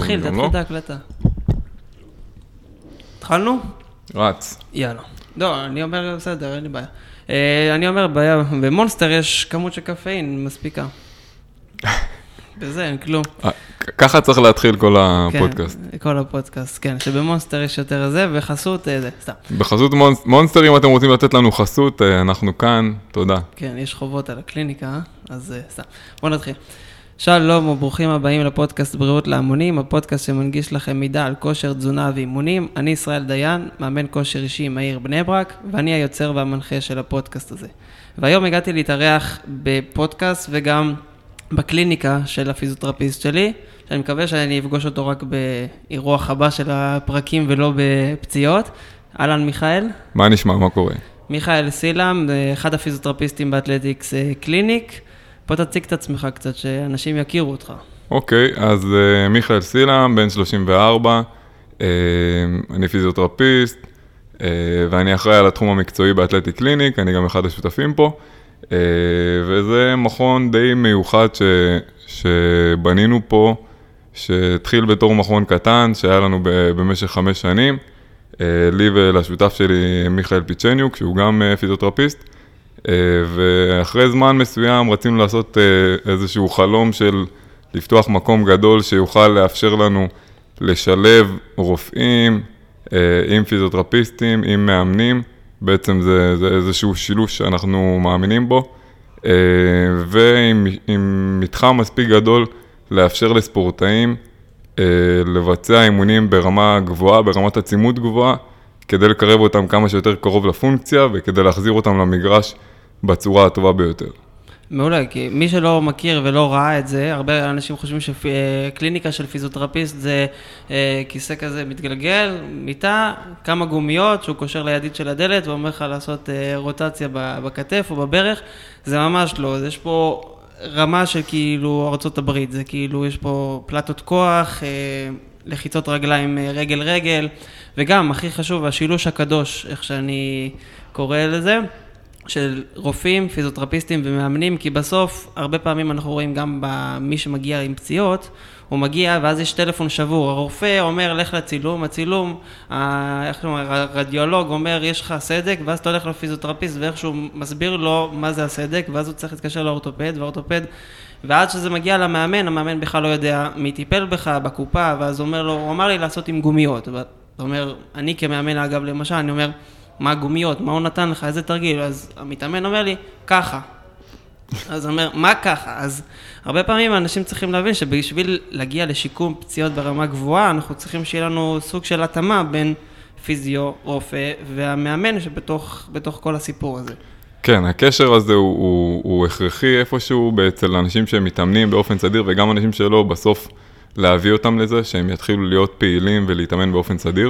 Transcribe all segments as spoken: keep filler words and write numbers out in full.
תתחיל, תתחיל את ההקלטה. התחלנו? רץ. יאללה. לא, אני אומר, בסדר, אין לי בעיה. אני אומר, בעיה, במונסטר יש כמות של קפאין מספיקה. בזה, אין כלום. ככה צריך להתחיל כל הפודקאסט. כן, כל הפודקאסט, כן. שבמונסטר יש יותר זה, וחסות זה, סתם. בחסות מונסטר, אם אתם רוצים לתת לנו חסות, אנחנו כאן, תודה. כן, יש חובות על הקליניקה, אז סתם. בואו נתחיל. שלום וברוכים הבאים לפודקאסט בריאות להמונים, הפודקאסט שמנגיש לכם מידע על כושר, תזונה ואימונים. אני ישראל דיין, מאמן כושר אישי מהעיר בני ברק, ואני היוצר והמנחה של הפודקאסט הזה. והיום הגעתי להתארח בפודקאסט וגם בקליניקה של הפיזיותרפיסט שלי, שאני מקווה שאני אפגוש אותו רק באירוח הבא של הפרקים ולא בפציעות. אהלן מיכאל. מה נשמע, מה קורה? מיכאל סילם, אחד הפיזיותרפיסטים באתלטיקס קליניק. פה תציג את עצמך קצת, שאנשים יכירו אותך. אוקיי, אז uh, מיכאל סילם, בן שלושים וארבע, uh, אני פיזיותרפיסט, uh, ואני אחראי על התחום המקצועי באתלטיק קליניק, אני גם אחד השותפים פה, uh, וזה מכון די מיוחד ש, שבנינו פה, שהתחיל בתור מכון קטן, שהיה לנו ב, במשך חמש שנים, uh, לי ולשותף שלי מיכאל פיצ'ניוק, שהוא גם uh, פיזיותרפיסט, ואחרי זמן מסוים רצינו לעשות איזשהו חלום של לפתוח מקום גדול שיוכל לאפשר לנו לשלב רופאים עם פיזיותרפיסטים, עם מאמנים, בעצם זה, זה איזשהו שילוב שאנחנו מאמינים בו, ועם עם מתחם מספיק גדול לאפשר לספורטאים לבצע אימונים ברמה גבוהה, ברמת עצימות גבוהה, כדי לקרב אותם כמה שיותר קרוב לפונקציה, וכדי להחזיר אותם למגרש בצורה הטובה ביותר. מעולה, כי מי שלא מכיר ולא ראה את זה, הרבה אנשים חושבים שקליניקה של פיזיותרפיסט זה כיסא כזה מתגלגל, מיטה, כמה גומיות שהוא קושר לידית של הדלת, ואומר לך לעשות רוטציה בכתף או בברך. זה ממש לא, יש פה רמה של כאילו ארצות הברית, זה כאילו יש פה פלטות כוח, לחיצות רגליים רגל רגל, וגם הכי חשוב, השילוש הקדוש, איך שאני קורא לזה, של רופאים, פיזיותרפיסטים ומאמנים, כי בסוף הרבה פעמים אנחנו רואים גם במי שמגיע עם פציעות, הוא מגיע ואז יש טלפון שבור, הרופא אומר לך לצילום, הצילום, איך אומר, הרדיולוג אומר יש לך סדק, ואז אתה הולך לפיזיותרפיסט ואיכשהו מסביר לו מה זה הסדק, ואז הוא צריך להתקשר לאורתופד, והאורתופד, ועד שזה מגיע למאמן, המאמן בכלל לא יודע מי טיפל בך בקופה, ואז הוא אומר לו, הוא אמר לי לעשות עם גומיות, ואתה אומר, אני כמאמן אגב למשל, אני אומר, מה גומיות, מה הוא נתן לך, איזה תרגיל, אז המתאמן אומר לי, ככה. אז הוא אומר, מה ככה? אז הרבה פעמים האנשים צריכים להבין שבשביל להגיע לשיקום פציעות ברמה גבוהה, אנחנו צריכים שיהיה לנו סוג של התאמה בין פיזיו, רופא והמאמן שבתוך בתוך כל הסיפור הזה. כן, הקשר הזה הוא, הוא, הוא הכרחי איפשהו אצל אנשים שהם מתאמנים באופן סדיר, וגם אנשים שלא בסוף להביא אותם לזה, שהם יתחילו להיות פעילים ולהתאמן באופן סדיר.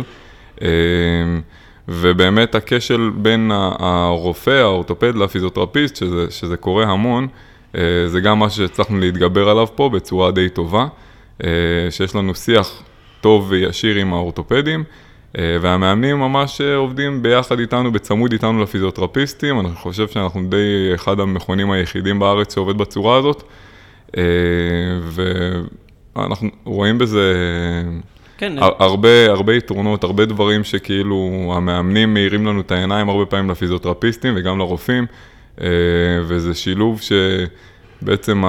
ובאמת הקשר בין הרופא, האורתופד לפיזיותרפיסט, שזה, שזה קורה המון, זה גם משהו שהצלחנו להתגבר עליו פה בצורה די טובה, שיש לנו שיח טוב וישיר עם האורתופדים, והמאמנים ממש עובדים ביחד איתנו, בצמוד איתנו לפיזיותרפיסטים. אני חושב שאנחנו די אחד המכונים היחידים בארץ שעובד בצורה הזאת, ואנחנו רואים בזה כן. הרבה, הרבה יתרונות, הרבה דברים שכאילו המאמנים מאירים לנו את העיניים הרבה פעמים לפיזיותרפיסטים וגם לרופאים, וזה שילוב שבעצם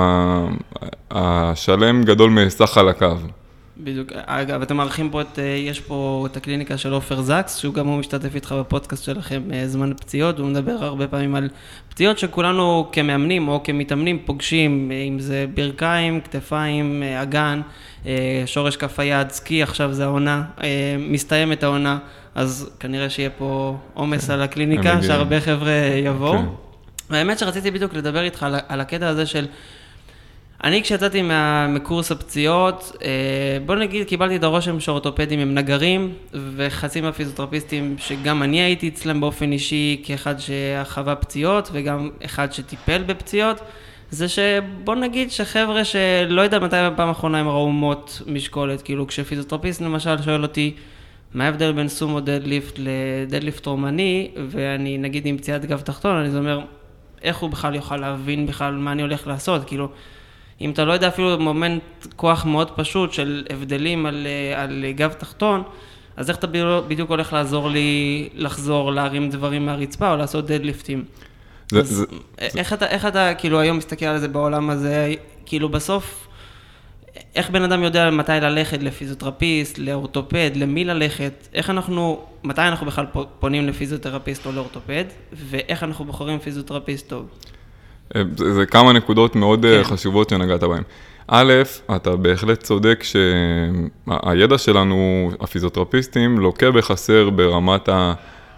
השלם גדול מסך חלקיו. בדיוק. אגב, אתם מערכים פה את, יש פה את הקליניקה של עופר זקס, שהוא גם הוא משתתף איתך בפודקאסט שלכם זמן פציעות, הוא מדבר הרבה פעמים על פציעות שכולנו כמאמנים או כמתאמנים פוגשים, אם זה ברכיים, כתפיים, אגן, שורש כף היד, סקי, עכשיו זה העונה, מסתיימת העונה, אז כנראה שיהיה פה עומס על הקליניקה, שהרבה חבר'ה יבואו. והאמת שרציתי בדיוק לדבר איתך על הקטע הזה של אני כשיצאתי מקורס הפציעות, בוא נגיד, קיבלתי את הרושם שאורתופדים הם נגרים, וחצי מהפיזיותרפיסטים שגם אני הייתי אצלם באופן אישי כאחד שחווה פציעות, וגם אחד שטיפל בפציעות, זה שבוא נגיד שחבר'ה שלא יודע מתי בפעם האחרונה הם ראו מות משקולת, כאילו כשפיזיותרפיסט למשל שואל אותי, מה ההבדל בין סומו דדליפט לדדליפט רומני, ואני נגיד עם פציעת גב תחתון, אני אומר, איך הוא בכלל יוכל להבין בכלל מה אני הולך לעשות, כאילו, אם אתה לא יודע אפילו מומנט כוח מאוד פשוט של הבדלים על, על גב תחתון, אז איך אתה בדיוק הולך לעזור לי לחזור, להרים דברים מהרצפה או לעשות דדליפטים? זה, אז זה, איך, זה... אתה, איך אתה כאילו היום מסתכל על זה בעולם הזה, כאילו בסוף, איך בן אדם יודע מתי ללכת לפיזיותרפיסט, לאורתופד, למי ללכת, איך אנחנו, מתי אנחנו בכלל פונים לפיזיותרפיסט או לאורתופד, ואיך אנחנו בוחרים פיזיותרפיסט טוב? זה, זה כמה נקודות מאוד כן. חשובות שנגעת בהן. א', אתה בהחלט צודק שהידע שלנו, הפיזיותרפיסטים, לוקה בחסר ברמת ה...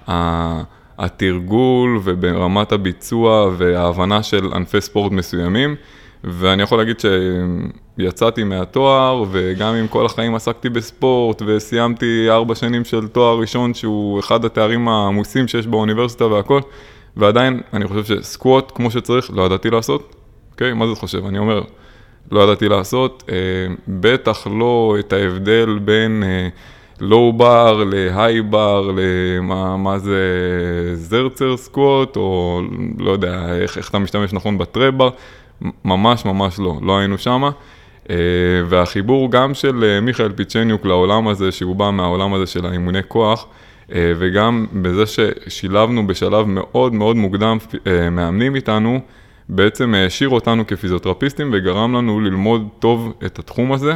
ה התרגול וברמת הביצוע וההבנה של ענפי ספורט מסוימים, ואני יכול להגיד שיצאתי מהתואר, וגם אם כל החיים עסקתי בספורט, וסיימתי ארבע שנים של תואר ראשון, שהוא אחד התארים העמוסים שיש באוניברסיטה והכל, ועדיין אני חושב שסקווט, כמו שצריך, לא ידעתי לעשות. אוקיי? מה זה חושב? אני אומר, לא ידעתי לעשות, בטח לא את ההבדל בין לואו בר להיי בר, למה מה זה זרצר סקווט, או לא יודע איך, איך אתה משתמש נכון בטראפ בר, ממש ממש לא, לא היינו שמה. והחיבור גם של מיכאל פיצ'ניוק לעולם הזה, שהוא בא מהעולם הזה של האימוני כוח, וגם בזה ששילבנו בשלב מאוד מאוד מוקדם מאמנים איתנו, בעצם השאיר אותנו כפיזיותרפיסטים וגרם לנו ללמוד טוב את התחום הזה.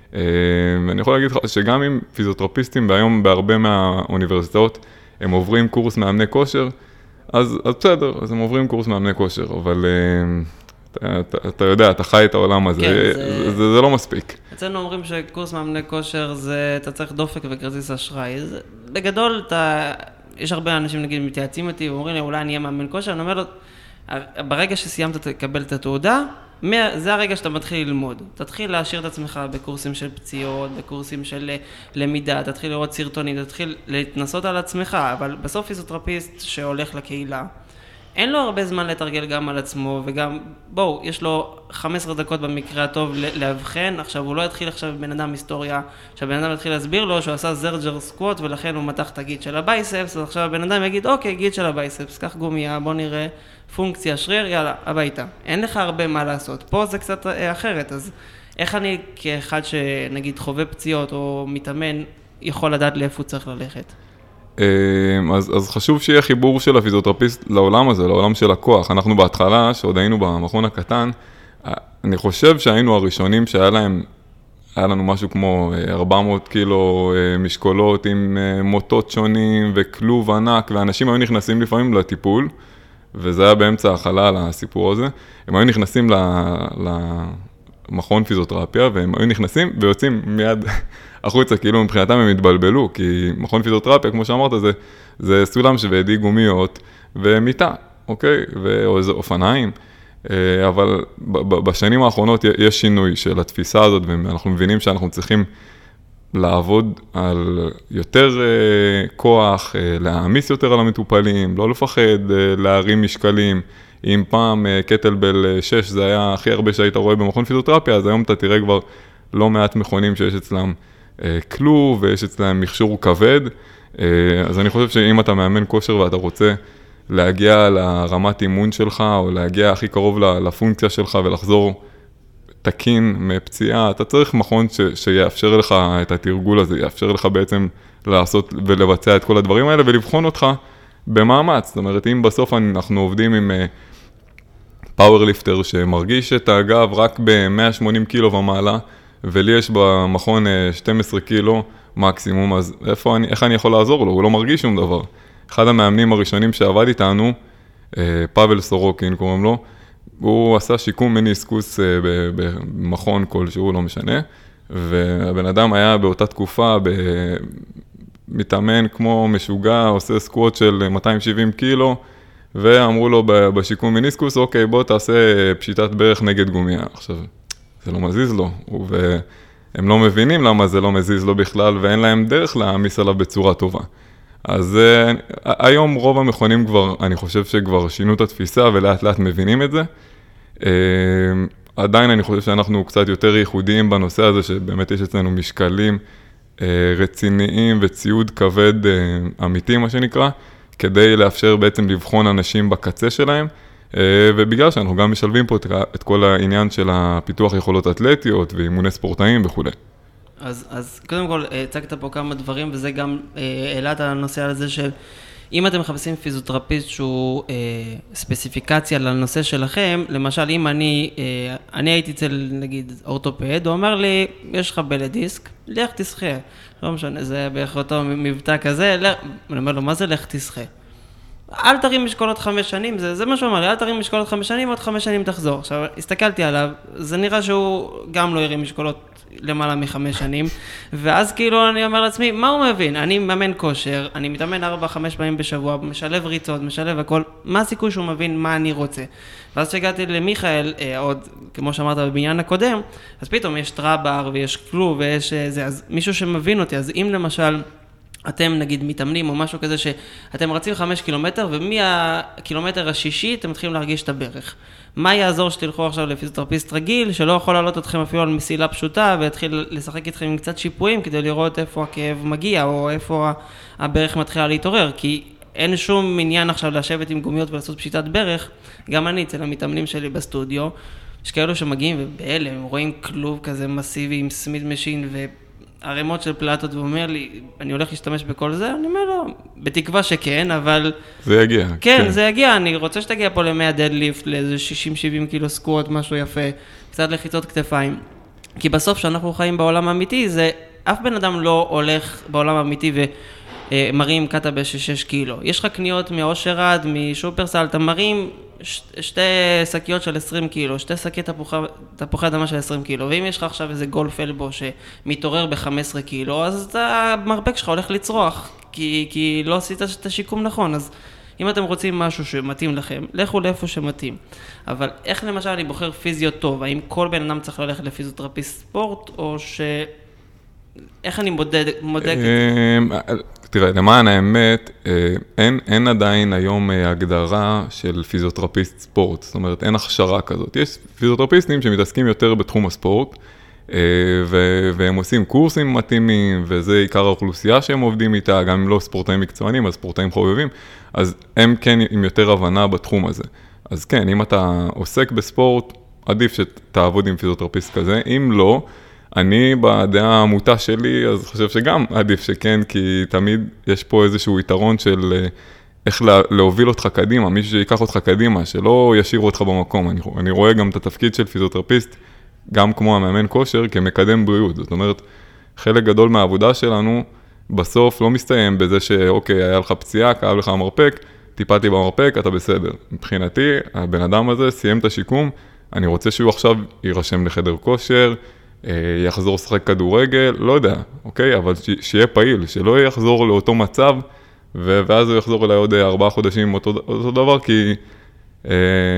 ואני יכול להגיד לך שגם עם פיזיותרפיסטים והיום בהרבה מהאוניברסיטאות הם עוברים קורס מאמני כושר, אז, אז בסדר, אז הם עוברים קורס מאמני כושר, אבל אתה, אתה, אתה יודע, אתה חי את העולם הזה, כן, זה, זה... זה, זה לא מספיק. אצלנו אומרים שקורס מאמני כושר זה, אתה צריך דופק וכרטיס אשראי. זה, בגדול, אתה, יש הרבה אנשים נגיד מתייעצים איתי ואומרים לי, אולי אני אהיה מאמן כושר, אני אומר לו, ברגע שסיימת לקבל את התעודה, זה הרגע שאתה מתחיל ללמוד. תתחיל להשאיר את עצמך בקורסים של פציעות, בקורסים של למידה, תתחיל לראות סרטונים, תתחיל להתנסות על עצמך, אבל בסוף פיזיותרפיסט שהולך לקהילה, אין לו הרבה זמן לתרגל גם על עצמו, וגם, בואו, יש לו חמש עשרה דקות במקרה הטוב להבחן, עכשיו הוא לא יתחיל עכשיו בבן אדם היסטוריה, שהבן אדם יתחיל להסביר לו שהוא עשה זרג'ר סקווט, ולכן הוא מתח את הגיד של הבייספס, ועכשיו הבן אדם יגיד, אוקיי, גיד של הבייספס, קח גומיה, בוא נראה, פונקציה, שריר, יאללה, הביתה. אין לך הרבה מה לעשות. פה זה קצת אחרת, אז איך אני כאחד שנגיד חווה פציעות או מתאמן, יכול לדעת לאיפה הוא צריך ללכת? אז, אז חשוב שיהיה חיבור של הפיזיותרפיסט לעולם הזה, לעולם של הכוח. אנחנו בהתחלה, שעוד היינו במכון הקטן, אני חושב שהיינו הראשונים שהיה להם, היה לנו משהו כמו ארבע מאות קילו משקולות עם מוטות שונים וכלוב ענק, ואנשים היו נכנסים לפעמים לטיפול, וזה היה באמצע החלל הסיפור הזה. הם היו נכנסים למכון פיזיותרפיה, והם היו נכנסים ויוצאים מיד החוצה, כאילו מבחינתם הם התבלבלו, כי מכון פיזיותרפיה, כמו שאמרת, זה, זה סולם שווידי גומיות ומיטה, אוקיי? או איזה אופניים. אבל בשנים האחרונות יש שינוי של התפיסה הזאת, ואנחנו מבינים שאנחנו צריכים לעבוד על יותר כוח, להעמיס יותר על המטופלים, לא לפחד, להרים משקלים. אם פעם קטלבל שש זה היה הכי הרבה שהיית רואה במכון פיזיותרפיה, אז היום אתה תראה כבר לא מעט מכונים שיש אצלם כלוב ויש אצלם מכשור כבד. אז אני חושב שאם אתה מאמן כושר ואתה רוצה להגיע לרמת אימון שלך, או להגיע הכי קרוב לפונקציה שלך ולחזור תקין מפציעה, אתה צריך מכון ש, שיאפשר לך את התרגול הזה, יאפשר לך בעצם לעשות ולבצע את כל הדברים האלה ולבחון אותך במאמץ. זאת אומרת, אם בסוף אנחנו עובדים עם פאוורליפטר שמרגיש את הגב רק ב-מאה ושמונים קילו ומעלה, ולי יש במכון שנים עשר קילו מקסימום, אז איפה אני, איך אני יכול לעזור לו? הוא לא מרגיש שום דבר. אחד המאמנים הראשונים שעבד איתנו, פאבל סורוקין קוראים לו, הוא עשה שיקום מניסקוס במכון כלשהו, לא משנה, והבן אדם היה באותה תקופה מתאמן כמו משוגע, עושה סקווט של מאתיים ושבעים קילו, ואמרו לו בשיקום מניסקוס, אוקיי, בוא תעשה פשיטת ברך נגד גומיה. עכשיו, זה לא מזיז לו, והם לא מבינים למה זה לא מזיז לו בכלל, ואין להם דרך להעמיס עליו בצורה טובה. אז היום רוב המכונים כבר, אני חושב שכבר שינו את התפיסה ולאט לאט מבינים את זה. עדיין אני חושב שאנחנו קצת יותר ייחודיים בנושא הזה, שבאמת יש אצלנו משקלים רציניים וציוד כבד אמיתי, מה שנקרא, כדי לאפשר בעצם לבחון אנשים בקצה שלהם, ובגלל שאנחנו גם משלבים פה את כל העניין של הפיתוח יכולות אתלטיות ואימוני ספורטאים וכו'. אז, אז קודם כל, הצגת פה כמה דברים, וזה גם העלה את הנושא על זה של אם אתם מחפשים פיזיותרפיסט שהוא אה, ספציפיקציה לנושא שלכם, למשל אם אני, אה, אני הייתי אצל נגיד אורתופד, הוא אומר לי, יש לך בלט דיסק, לך תשחה. לא משנה, זה בערך אותו מבטא כזה, לך, אני אומר לו, מה זה לך תשחה? אל תרים משקולות חמש שנים, זה, זה מה שהוא אמר לי, אל תרים משקולות חמש שנים, עוד חמש שנים תחזור. עכשיו, הסתכלתי עליו, זה נראה שהוא גם לא ירים משקולות למעלה מחמש שנים, ואז כאילו אני אומר לעצמי, מה הוא מבין? אני מאמן כושר, אני מתאמן ארבע, חמש פעמים בשבוע, משלב ריצות, משלב הכל, מה הסיכוי שהוא מבין מה אני רוצה? ואז שהגעתי למיכאל, אה, עוד, כמו שאמרת בבניין הקודם, אז פתאום יש טראבר ויש כלוב ויש זה, אז מישהו שמבין אותי, אז אם למשל, אתם נגיד מתאמנים או משהו כזה שאתם רצים חמש קילומטר ומהקילומטר השישי אתם מתחילים להרגיש את הברך. מה יעזור שתלכו עכשיו לפיזיותרפיסט רגיל שלא יכול לעלות אתכם אפילו על מסילה פשוטה והתחיל לשחק איתכם עם קצת שיפועים כדי לראות איפה הכאב מגיע או איפה הברך מתחילה להתעורר, כי אין שום עניין עכשיו לשבת עם גומיות ולעשות פשיטת ברך. גם אני אצל המתאמנים שלי בסטודיו, יש כאלו שמגיעים ובאלה הם רואים כלוב כזה מסיבי עם סמיד משין ו... הרמות של פלטות, והוא אומר לי, אני הולך להשתמש בכל זה? אני אומר לו, בתקווה שכן, אבל... זה יגיע. כן, כן. זה יגיע, אני רוצה שתגיע פה ל-מאה דדליפט, לאיזה שישים שבעים קילו סקוואט, משהו יפה, קצת לחיצות כתפיים. כי בסוף שאנחנו חיים בעולם האמיתי, זה, אף בן אדם לא הולך בעולם האמיתי ומרים קטה ב-שש קילו. יש לך קניות מאושרד, משופרסל, אתה מרים ש- שתי שקיות של עשרים קילו, שתי שקי תפוחי, תפוחי אדמה של עשרים קילו, ואם יש לך עכשיו איזה גולף אלבו שמתעורר ב-חמש עשרה קילו, אז המרפק שלך הולך לצרוח, כי, כי לא עשית את השיקום נכון. אז אם אתם רוצים משהו שמתאים לכם, לכו לאיפה שמתאים. אבל איך למשל אני בוחר פיזיו טוב? האם כל בן אדם צריך ללכת לפיזיותרפיסט ספורט, או ש... איך אני מודד, מודק את זה? תראה, למען האמת, אין, אין עדיין היום הגדרה של פיזיותרפיסט ספורט, זאת אומרת, אין הכשרה כזאת. יש פיזיותרפיסטים שמתעסקים יותר בתחום הספורט, והם עושים קורסים מתאימים, וזה עיקר האוכלוסייה שהם עובדים איתה, גם אם לא ספורטאים מקצוענים, אז ספורטאים חובבים, אז הם כן עם יותר הבנה בתחום הזה. אז כן, אם אתה עוסק בספורט, עדיף שתעבוד עם פיזיותרפיסט כזה, אם לא, אני בדעה העמותה שלי, אז חושב שגם עדיף שכן, כי תמיד יש פה איזשהו יתרון של איך להוביל אותך קדימה, מישהו שיקח אותך קדימה, שלא ישאיר אותך במקום. אני, אני רואה גם את התפקיד של פיזיותרפיסט, גם כמו המאמן כושר, כמקדם בריאות. זאת אומרת, חלק גדול מהעבודה שלנו, בסוף לא מסתיים בזה שאוקיי, היה לך פציעה, כאב לך המרפק, טיפלתי במרפק, אתה בסדר. מבחינתי, הבן אדם הזה סיים את השיקום, אני רוצה שהוא עכשיו יירשם לחדר כושר, יחזור לשחק כדורגל, לא יודע, אוקיי? אבל שיהיה פעיל, שלא יחזור לאותו מצב, ואז הוא יחזור אליי עוד ארבעה חודשים אותו, אותו דבר, כי אה,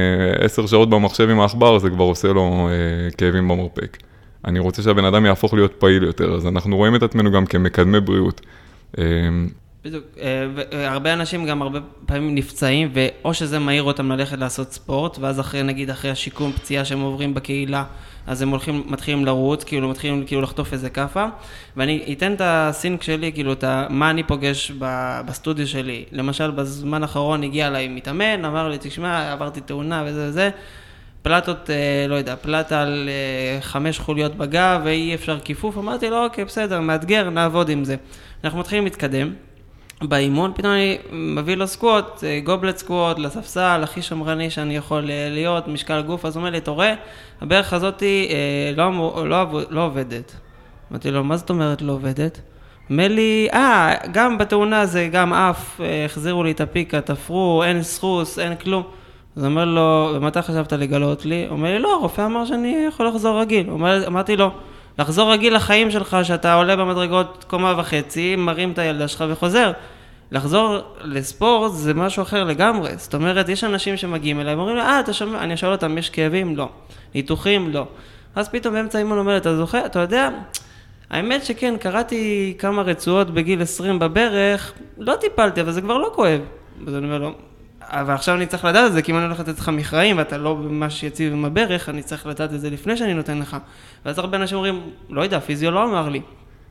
עשר שעות במחשב עם האחבר, זה כבר עושה לו אה, כאבים במרפק. אני רוצה שהבן אדם יהפוך להיות פעיל יותר, אז אנחנו רואים את עצמנו גם כמקדמי בריאות. אה, בדיוק, הרבה אנשים גם הרבה פעמים נפצעים, ואו שזה מהיר אותם ללכת לעשות ספורט, ואז אחרי, נגיד, אחרי השיקום פציעה שהם עוברים בקהילה, אז הם הולכים, מתחילים לרוץ, כאילו, מתחילים כאילו לחטוף איזה קפה, ואני אתן את הסינק שלי, כאילו, את מה אני פוגש בסטודיו שלי. למשל, בזמן האחרון הגיע אליי מתאמן, אמר לי, תשמע, עברתי תאונה וזה וזה, פלטות, לא יודע, פלטה על חמש חוליות בגב, ואי אפשר כיפוף, אמרתי לו, אוקיי, בסדר, מאתגר, נעבוד עם זה. אנחנו מתחילים להתקדם. באימון, פתאום אני מביא לו סקוואט, גובלט סקוואט, לספסל, הכי שמרני שאני יכול להיות, משקל גוף, אז הוא אומר לי, אתה רואה, הברך הזאת לא, לא, לא עובדת. אמרתי לו, מה זאת אומרת לא עובדת? אומר לי, אה, גם בתאונה זה גם אף, החזירו לי את הפיקה, תפרו, אין סחוס, אין כלום. אז אומר לו, ומתי חשבת לגלות לי? הוא אומר לי, לא, הרופא אמר שאני יכול לחזור רגיל. אומר, אמרתי לו, לחזור רגיל לחיים שלך, שאתה עולה במדרגות קומה וחצי, מרים את הילדה שלך וחוזר. לחזור לספורט זה משהו אחר לגמרי. זאת אומרת, יש אנשים שמגיעים אליי, אומרים לי, אה, אתה שומע, אני אשאל אותם, יש כאבים? לא. ניתוחים? לא. אז פתאום באמצע אימון אומר, אתה זוכר, אתה יודע, האמת שכן, קראתי כמה רצועות בגיל עשרים בברך, לא טיפלתי, אבל זה כבר לא כואב. אז אני אומר לו, אבל עכשיו אני צריך לדעת את זה, כי אם אני הולך לתת לך מכרעים, ואתה לא ממש יציב עם הברך, אני צריך לדעת את זה לפני שאני נותן לך. ואז הרבה אנשים אומרים, לא יודע, פיזיו לא אמר לי.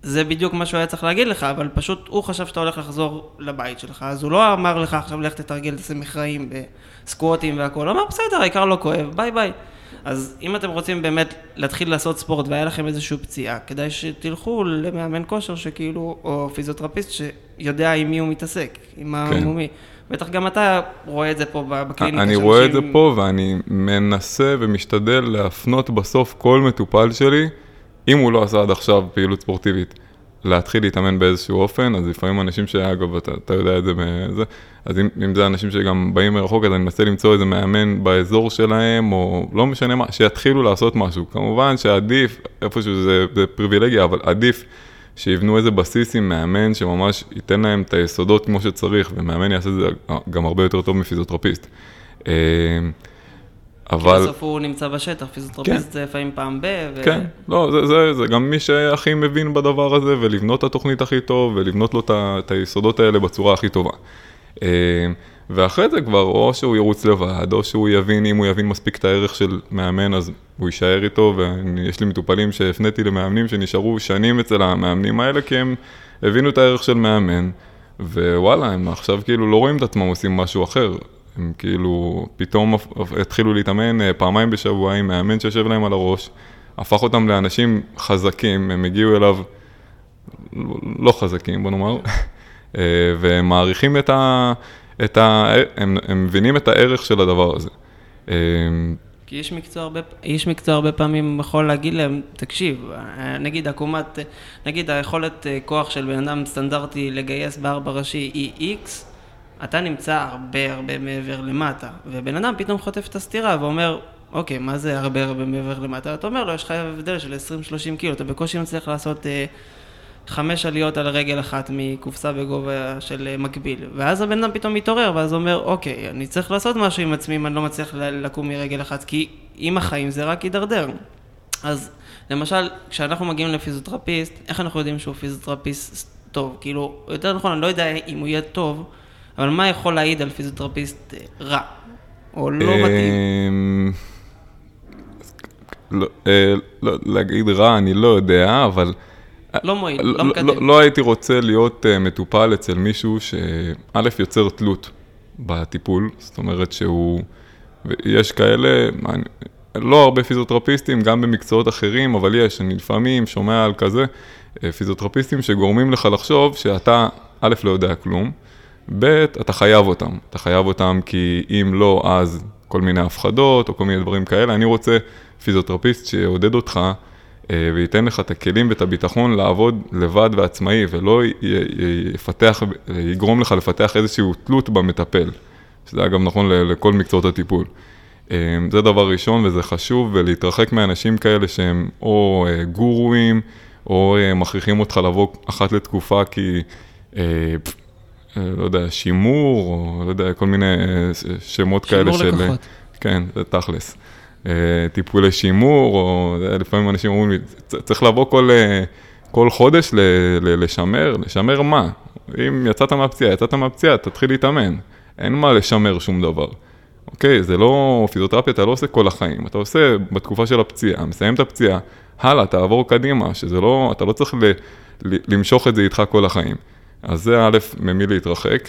זה בדיוק מה שהוא היה צריך להגיד לך, אבל פשוט הוא חשב שאתה הולך לחזור לבית שלך, אז הוא לא אמר לך עכשיו לך תתרגל, תעשה מכרעים בסקווטים והכל, הוא אמר בסדר, העיקר לא כואב, ביי ביי. אז אם אתם רוצים באמת להתחיל לעשות ספורט והיה לכם איזושהי פציעה, כדאי שתלכו למאמן כושר שכאילו, או פיזיותרפיסט שיודע עם מי הוא מתעסק, עם המומי. בטח גם אתה רואה את זה פה בקליניקה. אני רואה את זה פה ואני מנסה ומשתדל להפנות בסוף כל מטופל שלי, אם הוא לא עשה עד עכשיו פעילות ספורטיבית, להתחיל להתאמן באיזשהו אופן, אז לפעמים אנשים שאגב, אתה, אתה יודע את זה, בזה, אז אם, אם זה אנשים שגם באים מרחוק, אז אני מנסה למצוא איזה מאמן באזור שלהם, או לא משנה מה, שיתחילו לעשות משהו. כמובן שעדיף, איפשהו זה, זה פריבילגיה, אבל עדיף שיבנו איזה בסיס עם מאמן שממש ייתן להם את היסודות כמו שצריך, ומאמן יעשה את זה גם הרבה יותר טוב מפיזיותרפיסט. אבל... כי בסוף הוא נמצא בשטח, פיזיותרפיסט זה לפעמים פעם ב... ו... כן, לא, זה, זה, זה גם מי שהכי מבין בדבר הזה, ולבנות את התוכנית הכי טוב, ולבנות לו את היסודות האלה בצורה הכי טובה. ואחרי זה כבר, או שהוא ירוץ לבד, או שהוא יבין, אם הוא יבין מספיק את הערך של מאמן, אז הוא יישאר איתו, ויש לי מטופלים שהפניתי למאמנים שנשארו שנים אצל המאמנים האלה, כי הם הבינו את הערך של מאמן, ווואלה, הם עכשיו כאילו לא רואים את עצמם עושים משהו אחר. הם כאילו פתאום התחילו להתאמן פעמיים בשבוע עם מאמן שיושב להם על הראש, הפך אותם לאנשים חזקים, הם הגיעו אליו לא חזקים, בוא נאמר, והם מעריכים את ה... את ה... הם, הם מבינים את הערך של הדבר הזה. כי יש מקצוע הרבה, יש מקצוע הרבה פעמים יכול להגיד להם, תקשיב, נגיד הקומת, נגיד היכולת כוח של בן אדם סטנדרטי לגייס בארבע ראשי היא X, אתה נמצא הרבה הרבה מעבר למטה, ובן אדם פתאום חוטף את הסתירה ואומר, אוקיי, מה זה הרבה הרבה מעבר למטה? אתה אומר לו, יש לך הבדל של עשרים שלושים קילו, אתה בקושי מצליח לעשות אה, חמש עליות על רגל אחת מקופסה בגובה של מקביל, ואז הבן אדם פתאום מתעורר, ואז אומר, אוקיי, אני צריך לעשות משהו עם עצמי אם אני לא מצליח לקום מרגל אחת, כי עם החיים זה רק יידרדר. אז למשל, כשאנחנו מגיעים לפיזיותרפיסט, איך אנחנו יודעים שהוא פיזיותרפיסט טוב? כאילו, יותר נכון, אני לא יודע אם הוא יהיה טוב, אבל מה יכול להעיד על פיזיותרפיסט רע, או לא מתאים? להגיד רע, אני לא יודע, אבל... לא מועיל, לא מקדם. לא הייתי רוצה להיות מטופל אצל מישהו שא' יוצר תלות בטיפול, זאת אומרת שהוא... יש כאלה, לא הרבה פיזיותרפיסטים, גם במקצועות אחרים, אבל יש, אני לפעמים שומע על כזה, פיזיותרפיסטים שגורמים לך לחשוב שאתה א' לא יודע כלום, ב' אתה חייב אותם, אתה חייב אותם כי אם לא, אז כל מיני הפחדות או כל מיני דברים כאלה. אני רוצה פיזיותרפיסט שיעודד אותך וייתן לך את הכלים ואת הביטחון לעבוד לבד ועצמאי, ולא יפתח, יגרום לך לפתח איזושהי תלות במטפל, שזה אגב נכון לכל מקצועות הטיפול. זה דבר ראשון וזה חשוב, ולהתרחק מאנשים כאלה שהם או גורואים, או מכריחים אותך לבוא אחת לתקופה כי... לא יודע, שימור, או לא יודע, כל מיני שמות כאלה של... שימור לקוחות. כן, זה תכלס. טיפולי שימור, או לפעמים אנשים אומרים לי, צריך לבוא כל, כל חודש לשמר, לשמר מה? אם יצאת מהפציעה, יצאת מהפציעה, תתחיל להתאמן. אין מה לשמר שום דבר. אוקיי, זה לא פיזיותרפיה, אתה לא עושה כל החיים, אתה עושה בתקופה של הפציעה, מסיים את הפציעה, הלאה, תעבור קדימה, שזה לא, אתה לא צריך ל, למשוך את זה איתך כל החיים. אז זה א', ממי להתרחק,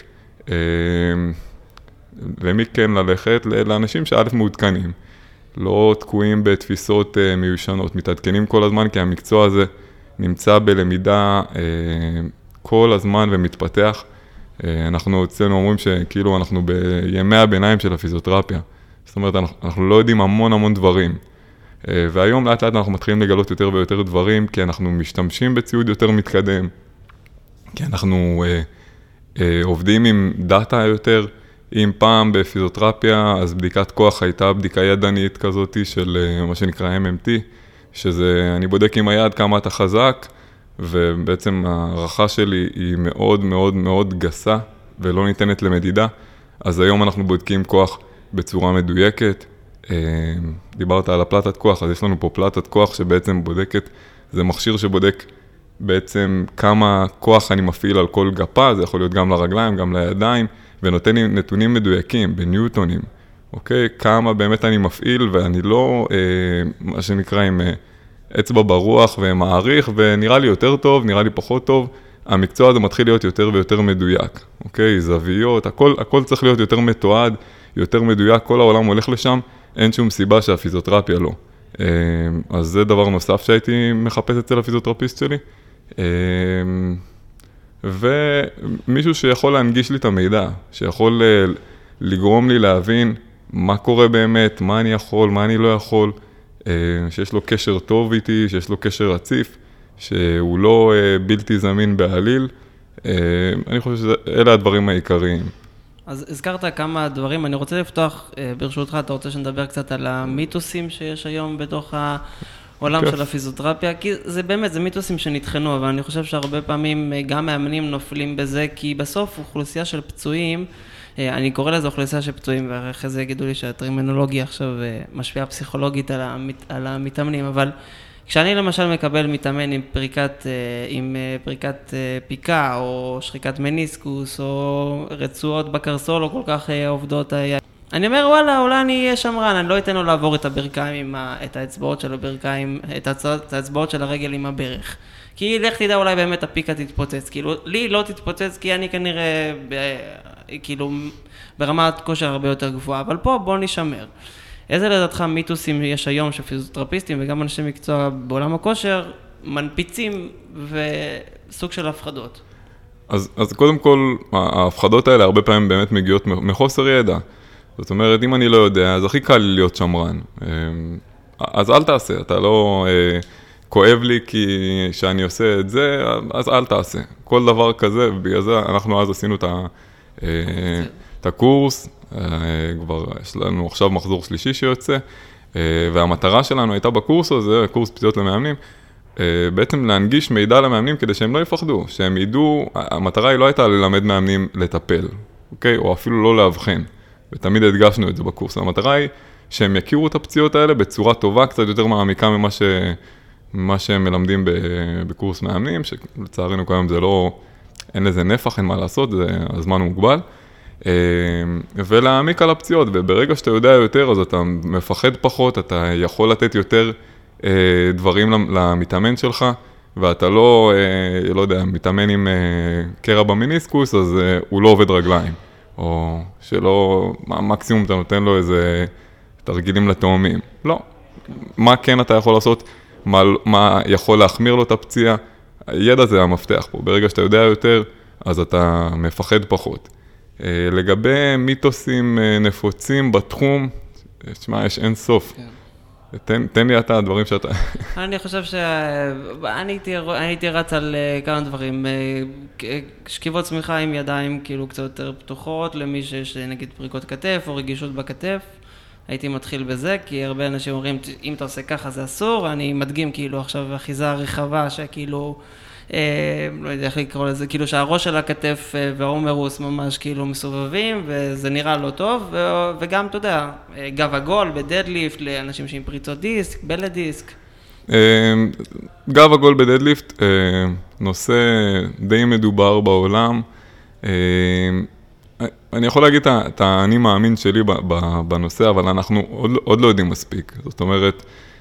ומי כן ללכת לאנשים שא' מעודכנים, לא תקועים בתפיסות מיושנות, מתעדכנים כל הזמן, כי המקצוע הזה נמצא בלמידה כל הזמן ומתפתח. אנחנו אצלנו אומרים שכאילו אנחנו בימי הביניים של הפיזיותרפיה, זאת אומרת אנחנו לא יודעים המון המון דברים, והיום לאט לאט אנחנו מתחילים לגלות יותר ויותר דברים, כי אנחנו משתמשים בציוד יותר מתקדם, כי אנחנו אה, אה, עובדים עם דאטה יותר, אם פעם בפיזיותרפיה, אז בדיקת כוח הייתה בדיקה ידנית כזאת של אה, מה שנקרא אם אם טי, שזה, אני בודק עם היד כמה אתה חזק, ובעצם הערכה שלי היא מאוד מאוד מאוד גסה, ולא ניתנת למדידה, אז היום אנחנו בודקים כוח בצורה מדויקת, אה, דיברת על הפלטת כוח, אז יש לנו פה פלטת כוח שבעצם בודקת, זה מכשיר שבודק, בעצם כמה כוח אני מפעיל על כל גפה, זה יכול להיות גם לרגליים, גם לידיים, ונותן לי נתונים מדויקים, בניוטונים, אוקיי? כמה באמת אני מפעיל, ואני לא, אה, מה שנקרא, עם, אה, אצבע ברוח ומעריך, ונראה לי יותר טוב, נראה לי פחות טוב. המקצוע הזה מתחיל להיות יותר ויותר מדויק, אוקיי? זוויות, הכל, הכל צריך להיות יותר מתועד, יותר מדויק, כל העולם הולך לשם, אין שום סיבה שהפיזיותרפיה לא. אז זה דבר נוסף שהייתי מחפש אצל הפיזיותרפיסט שלי. ומישהו שיכול להנגיש לי את המידע, שיכול לגרום לי להבין מה קורה באמת, מה אני יכול, מה אני לא יכול, שיש לו קשר טוב איתי, שיש לו קשר רציף, שהוא לא בלתי זמין בעליל. אני חושב שאלה הדברים העיקריים. אז הזכרת כמה דברים, אני רוצה לפתוח, ברשותך, אתה רוצה שנדבר קצת על המיתוסים שיש היום בתוך העולם של הפיזיותרפיה, כי זה באמת, זה מיתוסים שנתחנו, אבל אני חושב שהרבה פעמים גם מאמנים נופלים בזה, כי בסוף אוכלוסייה של פצועים, אני קורא לזה אוכלוסייה של פצועים, ואחרי זה יגידו לי שהטרמינולוגיה עכשיו משפיעה פסיכולוגית על, המת, על המתאמנים, אבל כשאני למשל מקבל מתאמן עם פריקת, עם פריקת פיקה, או שחיקת מניסקוס, או רצועות בקרסול, או כל כך עובדות, אני אומר, וואלה, אולי אני אהיה שמרן, אני לא אתן לו לעבור את הברכיים, ה, את האצבעות של הברכיים, את, הצעות, את האצבעות של הרגל עם הברך. כי לך תדע, אולי באמת הפיקה תתפוצץ. כאילו, לי לא תתפוצץ, כי אני כנראה, ב, כאילו, ברמת כושר הרבה יותר גבוהה. אבל פה בוא נשמר. איזה לדעתך מיתוסים יש היום של פיזיותרפיסטים וגם אנשי מקצוע בעולם הכושר, מנפיצים וסוג של הפחדות? אז, אז קודם כל, ההפחדות האלה הרבה פעמים באמת מגיעות מחוסר ידע. זאת אומרת, אם אני לא יודע, אז הכי קל להיות שמרן. אז אל תעשה, אתה לא כואב לי כי שאני עושה את זה, אז אל תעשה. כל דבר כזה, בגלל זה אנחנו אז עשינו את, ה, את הקורס, כבר יש לנו עכשיו מחזור שלישי שיוצא, והמטרה שלנו הייתה בקורס הזה, קורס פציעות למאמנים, בעצם להנגיש מידע למאמנים כדי שהם לא יפחדו, שהם ידעו, המטרה היא לא הייתה ללמד מאמנים לטפל, אוקיי? או אפילו לא להבחן. ותמיד הדגשנו את זה בקורס. המטרה היא שהם יכירו את הפציעות האלה בצורה טובה, קצת יותר מעמיקה ממה ש... ממה שהם מלמדים בקורס מאמנים, שלצערנו כיום זה לא, אין לזה נפח, אין מה לעשות, זה, הזמן הוא מוגבל. ולהעמיק על הפציעות, וברגע שאתה יודע יותר, אז אתה מפחד פחות, אתה יכול לתת יותר דברים למתאמן שלך, ואתה לא, לא יודע, מתאמן עם קרע במניסקוס, אז הוא לא עובד רגליים. או שלא, מקסימום אתה נותן לו איזה תרגילים לתאומים. לא. מה כן אתה יכול לעשות? מה, מה יכול להחמיר לו את הפציעה? הידע זה המפתח פה. ברגע שאתה יודע יותר, אז אתה מפחד פחות. לגבי מיתוסים נפוצים בתחום, תשמע, יש אין סוף. כן. תן, תן לי אתה הדברים שאתה... אני חושב שאני הייתי, הייתי רץ על כמה דברים. שכיבות צמיחה עם ידיים כאילו קצת יותר פתוחות, למי שיש נגיד פריקות כתף או רגישות בכתף. הייתי מתחיל בזה, כי הרבה אנשים אומרים, אם אתה עושה ככה זה אסור. אני מדגים כאילו עכשיו אחיזה רחבה שכאילו, אה, לא יודע איך לקרוא לזה, כאילו שהראש של הכתף והאומרוס ממש כאילו מסובבים, וזה נראה לא טוב, ו- וגם, אתה יודע, גב עגול בדדליפט, לאנשים שעם פריצות דיסק, בלד דיסק. גב עגול בדדליפט, נושא די מדובר בעולם. אני יכול להגיד את האני מאמין שלי בנושא, אבל אנחנו עוד, עוד לא יודעים מספיק. זאת אומרת,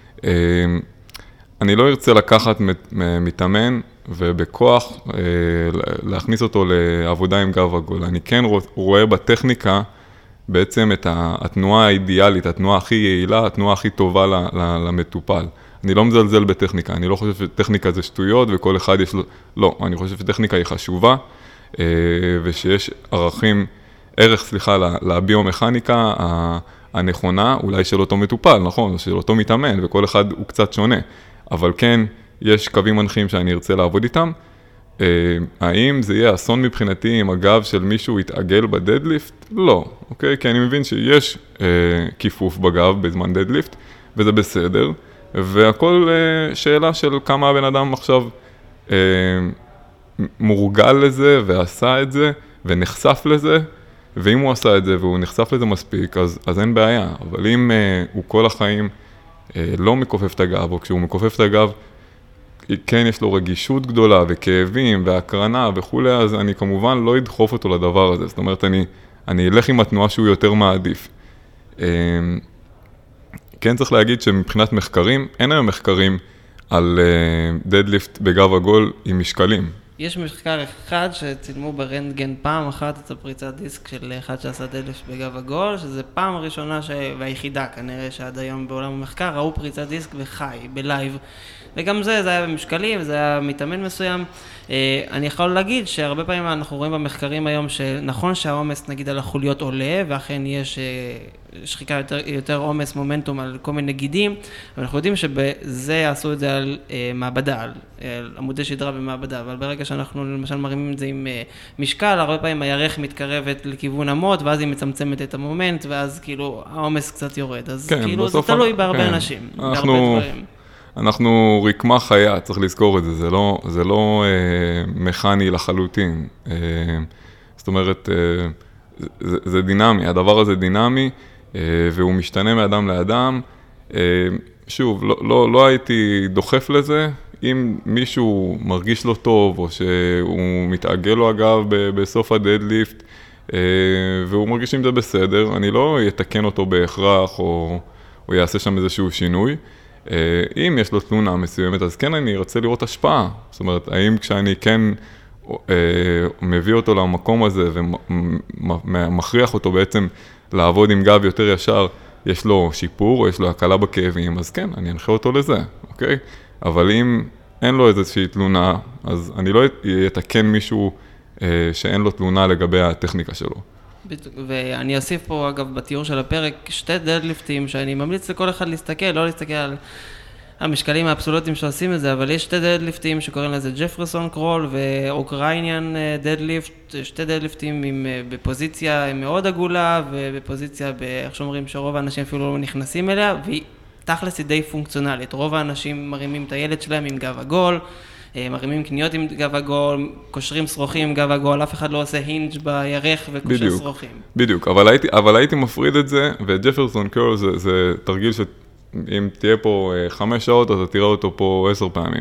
אני לא ארצה לקחת מתאמן ובכוח להכניס אותו לעבודה עם גב עגול. אני כן רואה בטכניקה בעצם את התנועה האידיאלית, התנועה הכי יעילה, התנועה הכי טובה למטופל. אני לא מזלזל בטכניקה, אני לא חושב שטכניקה זה שטויות וכל אחד יש לו... לא, אני חושב שטכניקה היא חשובה, ושיש ערכים, ערך, סליחה, לביומכניקה הנכונה, אולי של אותו מטופל, נכון? של אותו מתאמן, וכל אחד הוא קצת שונה. אבל כן, יש קווים מנחים שאני ארצה לעבוד איתם. האם זה יהיה אסון מבחינתי אם הגב של מישהו יתעגל בדדליפט? לא, אוקיי? כי אני מבין שיש כיפוף בגב בזמן דדליפט, וזה בסדר. והכל שאלה של כמה הבן אדם עכשיו מורגל לזה ועשה את זה ונחשף לזה, ואם הוא עשה את זה והוא נחשף לזה מספיק, אז, אז אין בעיה. אבל אם הוא כל החיים לא מכופף את הגב, או כשהוא מכופף את הגב, כן יש לו רגישות גדולה וכאבים והקרנה וכו', אז אני כמובן לא אדחוף אותו לדבר הזה. זאת אומרת, אני, אני אלך עם התנועה שהוא יותר מעדיף. כן צריך להגיד שמבחינת מחקרים, אין היום מחקרים על דדליפט בגב עגול עם משקלים. יש מחקר אחד שצילמו ברנטגן פעם אחת את הפריצת דיסק של אחד שעשה דדליפט בגב עגול, שזה פעם הראשונה ש... והיחידה כנראה שעד היום בעולם המחקר ראו פריצת דיסק וחי, בלייב. וגם זה, זה היה במשקלים, זה היה מתאמן מסוים. אני יכול להגיד שהרבה פעמים אנחנו רואים במחקרים היום שנכון שהעומס נגיד על החוליות עולה, ואכן יש שחיקה יותר, יותר עומס, מומנטום על כל מיני גידים, ואנחנו יודעים שבזה יעשו את זה על מעבדה, על, על עמודי שדרה במעבדה, אבל ברגע שאנחנו למשל מרימים את זה עם משקל, הרבה פעמים הירך מתקרבת לכיוון המוט, ואז היא מצמצמת את המומנט, ואז כאילו העומס קצת יורד. אז כן, כאילו זה תלוי בהרבה כן. אנשים, אנחנו... בהרבה דברים. אנחנו רקמה חיה, צריך לזכור את זה, זה לא, זה לא אה, מכני לחלוטין. אה, זאת אומרת, אה, זה, זה דינמי, הדבר הזה דינמי, אה, והוא משתנה מאדם לאדם. אה, שוב, לא, לא, לא הייתי דוחף לזה, אם מישהו מרגיש לו טוב, או שהוא מתעגל לו אגב ב, בסוף הדדליפט, אה, והוא מרגיש עם זה בסדר, אני לא יתקן אותו בהכרח, או, או יעשה שם איזשהו שינוי. אם יש לו תלונה מסוימת, אז כן אני רוצה לראות השפעה. זאת אומרת, האם כשאני כן מביא אותו למקום הזה ומכריח אותו בעצם לעבוד עם גב יותר ישר, יש לו שיפור או יש לו הקלה בכאבים, אז כן, אני אנחה אותו לזה, אוקיי? אבל אם אין לו איזושהי תלונה, אז אני לא יתקן מישהו שאין לו תלונה לגבי הטכניקה שלו. ואני אוסיף פה אגב בתיאור של הפרק שתי דדליפטים שאני ממליץ לכל אחד להסתכל, לא להסתכל על המשקלים האבסולוטיים שעושים את זה, אבל יש שתי דדליפטים שקוראים לזה ג'פרסון קרול ואוקראיניאן דדליפט, שתי דדליפטים עם, בפוזיציה מאוד עגולה ובפוזיציה, איך שאומרים, שרוב האנשים אפילו לא נכנסים אליה, והיא תכלס היא די פונקציונלית. רוב האנשים מרימים את הילד שלהם עם גב עגול, מרימים קניות עם גב עגול, קושרים שרוכים עם גב עגול, אף אחד לא עושה הינג' בירך וקושר שרוכים. בדיוק, אבל הייתי, אבל הייתי מפריד את זה, וג'פרסון קרול זה, זה תרגיל שאם תהיה פה חמש שעות, אתה תראה אותו פה עשר פעמים.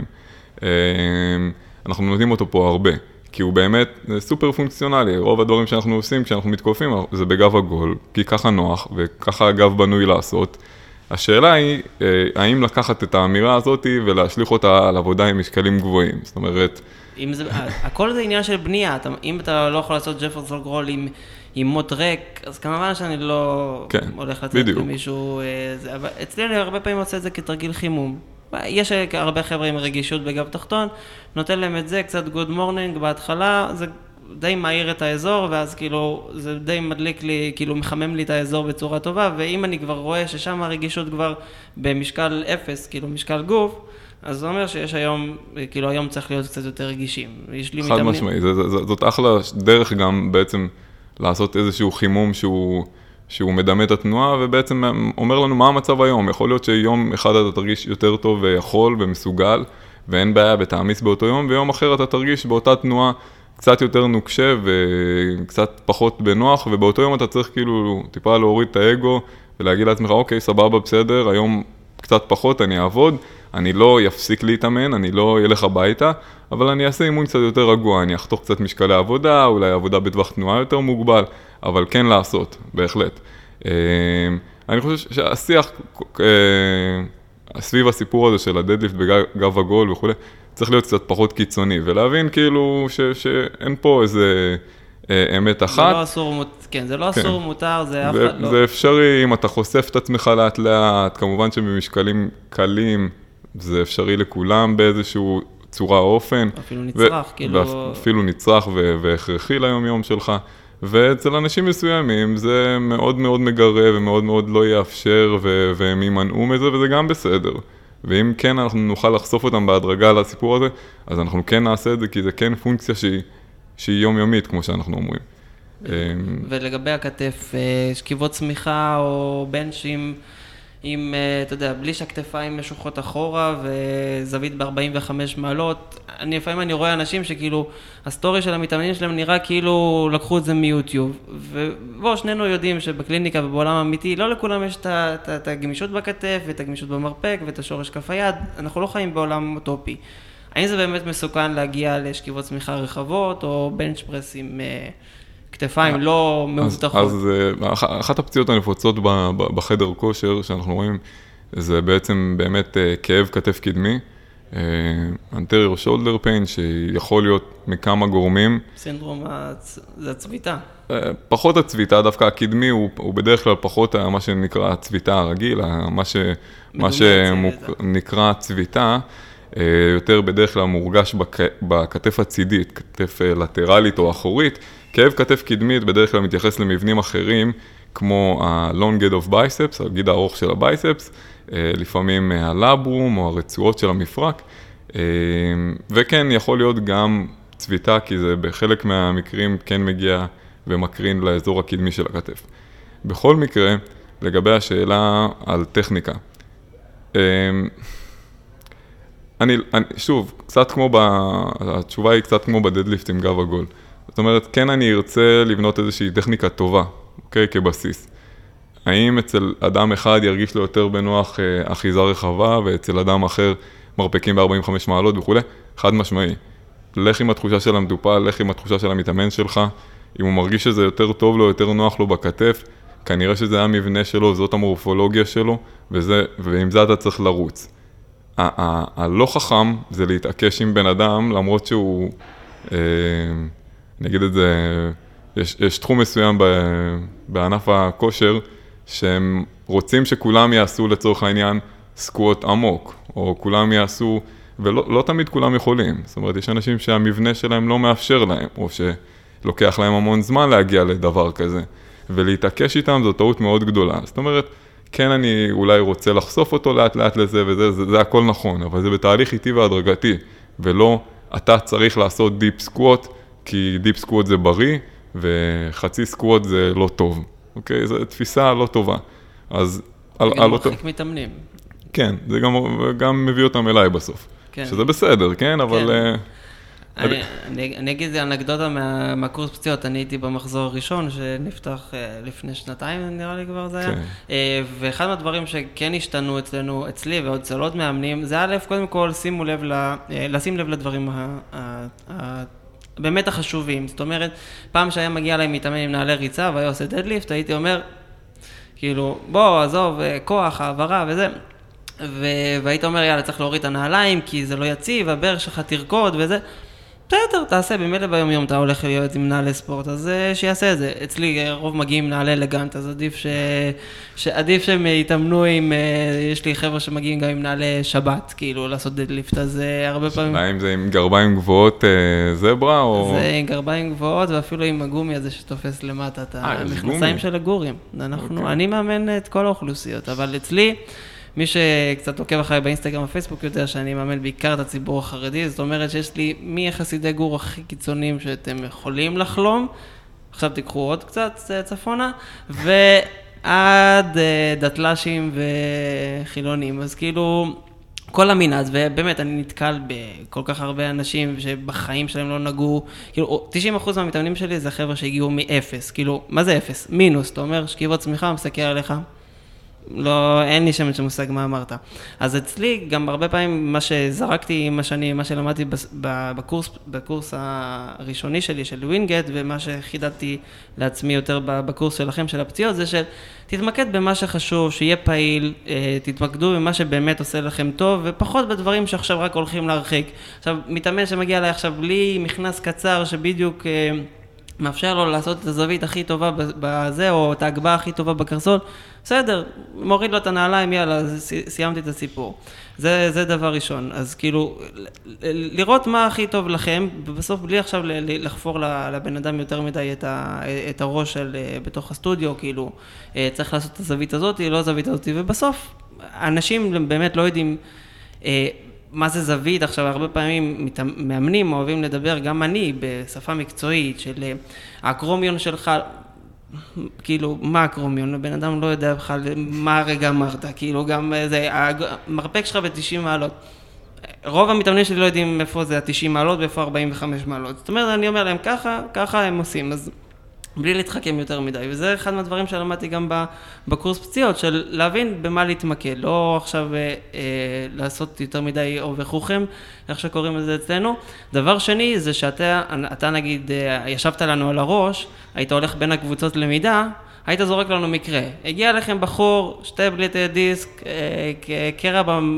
אנחנו נותנים אותו פה הרבה, כי הוא באמת סופר פונקציונלי. רוב הדברים שאנחנו עושים כשאנחנו מתקופים זה בגב עגול, כי ככה נוח וככה הגב בנוי לעשות. השאלה היא, האם לקחת את האמירה הזאת ולהשליך אותה על עבודה עם משקלים גבוהים, זאת אומרת... אם זה, הכל זה עניין של בנייה, אתה, אם אתה לא יכול לעשות ג'פרסון קרול עם, עם מוט ריק, אז כמובן שאני לא כן, הולך לצאת למישהו, זה, אבל אצלי אני הרבה פעמים עושה את זה כתרגיל חימום. יש הרבה חבר'ה עם רגישות בגב תחתון, נותן להם את זה, קצת גוד מורנינג בהתחלה, זה די מהיר את האזור, ואז כאילו זה די מדליק לי, כאילו מחמם לי את האזור בצורה טובה, ואם אני כבר רואה ששם הרגישות כבר במשקל אפס, כאילו משקל גוף, אז זה אומר שיש היום, כאילו היום צריך להיות קצת יותר רגישים. יש לי חד משמעי, זאת אחלה דרך גם בעצם לעשות איזשהו חימום שהוא, שהוא מדמה את התנועה, ובעצם אומר לנו מה המצב היום. יכול להיות שיום אחד אתה תרגיש יותר טוב ויכול ומסוגל, ואין בעיה בתעמיס באותו יום, ויום אחר אתה תרגיש באותה תנועה קצת יותר נוקשה וקצת פחות בנוח, ובאותו יום אתה צריך כאילו טיפה להוריד את האגו, ולהגיד לעצמך, אוקיי, סבבה, בסדר, היום קצת פחות, אני אעבוד, אני לא יפסיק להתאמן, אני לא ילך הביתה, אבל אני אעשה אימון קצת יותר רגוע, אני אחתוך קצת משקלי עבודה, אולי עבודה בטווח תנועה יותר מוגבל, אבל כן לעשות, בהחלט. אני חושב שהשיח סביב הסיפור הזה של הדדליפט בגב עגול וכו', צריך להיות קצת פחות קיצוני, ולהבין כאילו ש, שאין פה איזה אה, אמת אחת. זה לא אסור, כן, זה לא כן. אסור מותר, זה אף אחד לא. זה אפשרי, אם אתה חושף את עצמך לאט לאט, כמובן שבמשקלים קלים, זה אפשרי לכולם באיזשהו צורה אופן. אפילו נצרך, ו- כאילו... אפילו נצרך ו- והכרחי ליום יום שלך. ואצל אנשים מסוימים זה מאוד מאוד מגרה ומאוד מאוד לא יאפשר, ו- והם יימנעו מזה, וזה גם בסדר. ואם כן אנחנו נוכל לחשוף אותם בהדרגה לסיפור הזה, אז אנחנו כן נעשה את זה, כי זה כן פונקציה שהיא, שהיא יומיומית, כמו שאנחנו אומרים. ולגבי הכתף, שכיבות צמיחה או בנצ'ים, עם, אתה יודע, בלי שהכתפיים משוכות אחורה וזווית ב-ארבעים וחמש מעלות, אני לפעמים אני רואה אנשים שכאילו, הסטורי של המתאמנים שלהם נראה כאילו לקחו את זה מיוטיוב, ובוא, שנינו יודעים שבקליניקה ובעולם האמיתי, לא לכולם יש את, את, את הגמישות בכתף ואת הגמישות במרפק ואת השורש כף היד, אנחנו לא חיים בעולם אוטופי. האם זה באמת מסוכן להגיע לשכיבות צמיחה רחבות או בנץ' פרס עם כתפיים לא מאובטחות? אז אחת הפציעות הנפוצות בחדר כושר שאנחנו רואים, זה בעצם באמת כאב כתף קדמי, anterior shoulder pain, שיכול להיות מכמה גורמים. סינדרום הצ... זה הצביטה. פחות הצביטה, דווקא הקדמי הוא, הוא בדרך כלל פחות מה שנקרא הצביטה הרגיל, מה, ש... מה שנקרא צביטה, יותר בדרך כלל מורגש בק... בכתף הצידית, כתף לטרלית או אחורית. כאב כתף קדמית בדרך כלל מתייחס למבנים אחרים, כמו ה-long head of biceps, הגיד הארוך של הבייספס, לפעמים הלברום או הרצועות של המפרק, וכן יכול להיות גם צביטה, כי זה בחלק מהמקרים כן מגיע ומקרין לאזור הקדמי של הכתף. בכל מקרה, לגבי השאלה על טכניקה, אני, אני, שוב, קצת כמו ב... התשובה היא קצת כמו בדדליפט עם גב עגול. זאת אומרת, כן אני ארצה לבנות איזושהי טכניקה טובה, אוקיי, כבסיס. האם אצל אדם אחד ירגיש לו יותר בנוח אה, אחיזה רחבה, ואצל אדם אחר מרפקים ב-ארבעים וחמש מעלות וכו'? חד משמעי. לך עם התחושה של המטופל, לך עם התחושה של המתאמן שלך. אם הוא מרגיש שזה יותר טוב לו, יותר נוח לו בכתף, כנראה שזה המבנה שלו, זאת המורפולוגיה שלו, וזה, ועם זה אתה צריך לרוץ. הלא חכם זה להתעקש עם בן אדם, למרות שהוא, אה, נגיד את זה, יש, יש תחום מסוים בענף הכושר, שהם רוצים שכולם יעשו לצורך העניין סקווט עמוק, או כולם יעשו, ולא לא תמיד כולם יכולים. זאת אומרת, יש אנשים שהמבנה שלהם לא מאפשר להם, או שלוקח להם המון זמן להגיע לדבר כזה, ולהתעקש איתם זו טעות מאוד גדולה. זאת אומרת, כן אני אולי רוצה לחשוף אותו לאט לאט לזה, וזה זה, זה הכל נכון, אבל זה בתהליך איטי והדרגתי, ולא אתה צריך לעשות דיפ סקווט, כי דיפ סקווט זה בריא, וחצי סקווט זה לא טוב. אוקיי? זו תפיסה לא טובה. אז... זה גם מרחיק מתאמנים. כן, זה גם, גם מביא אותם אליי בסוף. כן. שזה בסדר, כן? אבל... כן. אני, אני, אני אגיד אנקדוטה מה, מהקורס פציעות, אני הייתי במחזור הראשון שנפתח לפני שנתיים, נראה לי כבר זה היה, כן. ואחד מהדברים שכן השתנו אצלנו, אצלי ועוד אצל עוד מאמנים, זה א', קודם כל שימו לב, לשים לב לדברים ה, ה, ה, באמת החשובים. זאת אומרת, פעם שהיה מגיע להם מתאמן עם נעלי ריצה והיה עושה דדליפט, הייתי אומר, כאילו, בוא, עזוב, כוח, העברה וזה, והיית אומר, יאללה, צריך להוריד את הנעליים, כי זה לא יציב, הברך שלך תרקוד וזה, בסדר, תעשה, במילא ביום יום אתה הולך להיות עם נעלי ספורט, אז שיעשה את זה. אצלי רוב מגיעים נעלי אלגנט, אז עדיף ש... שעדיף שהם יתאמנו עם, יש לי חבר'ה שמגיעים גם עם נעלי שבת, כאילו, לעשות דדליפט, אז הרבה פעמים... האם זה עם גרביים גבוהות זברה, או... זה עם גרביים גבוהות, ואפילו עם הגומי הזה שתופס למטה את המכנסיים של הגורים. אנחנו, אני מאמן את כל האוכלוסיות, אבל אצלי... מי שקצת עוקב אחרי באינסטגרם ופייסבוק יודע שאני מאמן בעיקר את הציבור החרדי, זאת אומרת שיש לי מי יחסידי גור הכי קיצוניים שאתם יכולים לחלום, עכשיו תיקחו עוד קצת צפונה, ועד דתל"שים וחילונים, אז כאילו כל המנעד, ובאמת אני נתקל בכל כך הרבה אנשים שבחיים שלהם לא נגעו, כאילו תשעים אחוז מהמתאמנים שלי זה חבר'ה שהגיעו מאפס, כאילו מה זה אפס? מינוס, אתה אומר שכיבות צמיחה מסתכל עליך, לא, אין לי שמץ שמושג מה אמרת. אז אצלי גם הרבה פעמים מה שזרקתי, מה שאני, מה שלמדתי בקורס, בקורס הראשוני שלי של ווינגט, ומה שחידדתי לעצמי יותר בקורס שלכם של הפציעות, זה של תתמקד במה שחשוב, שיהיה פעיל, תתמקדו במה שבאמת עושה לכם טוב, ופחות בדברים שעכשיו רק הולכים להרחיק. עכשיו, מתאמן שמגיע אליי עכשיו בלי מכנס קצר שבדיוק מאפשר לו לעשות את הזווית הכי טובה בזה, או את ההגבהה הכי טובה בקרסול, בסדר, מוריד לו את הנעליים, יאללה, סיימתי את הסיפור. זה, זה דבר ראשון. אז כאילו, לראות מה הכי טוב לכם, ובסוף בלי עכשיו לחפור לבן אדם יותר מדי את, ה, את הראש של בתוך הסטודיו, כאילו, צריך לעשות את הזווית הזאת, לא הזווית הזאת, ובסוף, אנשים באמת לא יודעים מה זה זווית. עכשיו, הרבה פעמים מאמנים אוהבים לדבר, גם אני, בשפה מקצועית, של הקרומיון שלך, כאילו, מה הקרומיון? הבן אדם לא יודע בכלל מה הרגע אמרת, כאילו, גם זה, המרפק שלך ב-תשעים מעלות. רוב המתאמנים שלי לא יודעים איפה זה ה-תשעים מעלות ואיפה ארבעים וחמש מעלות. זאת אומרת, אני אומר להם ככה, ככה הם עושים, אז בלי להתחכם יותר מדי. וזה אחד מהדברים שלמדתי גם בקורס פציעות, של להבין במה להתמקד, לא עכשיו אה, לעשות יותר מדי אובר חוכם, איך שקוראים לזה אצלנו. דבר שני, זה שאתה, אתה נגיד, ישבת לנו על הראש, היית הולך בין הקבוצות למידה, היית זורק לנו מקרה. הגיע לכם בחור, שתי בליטי דיסק, קרע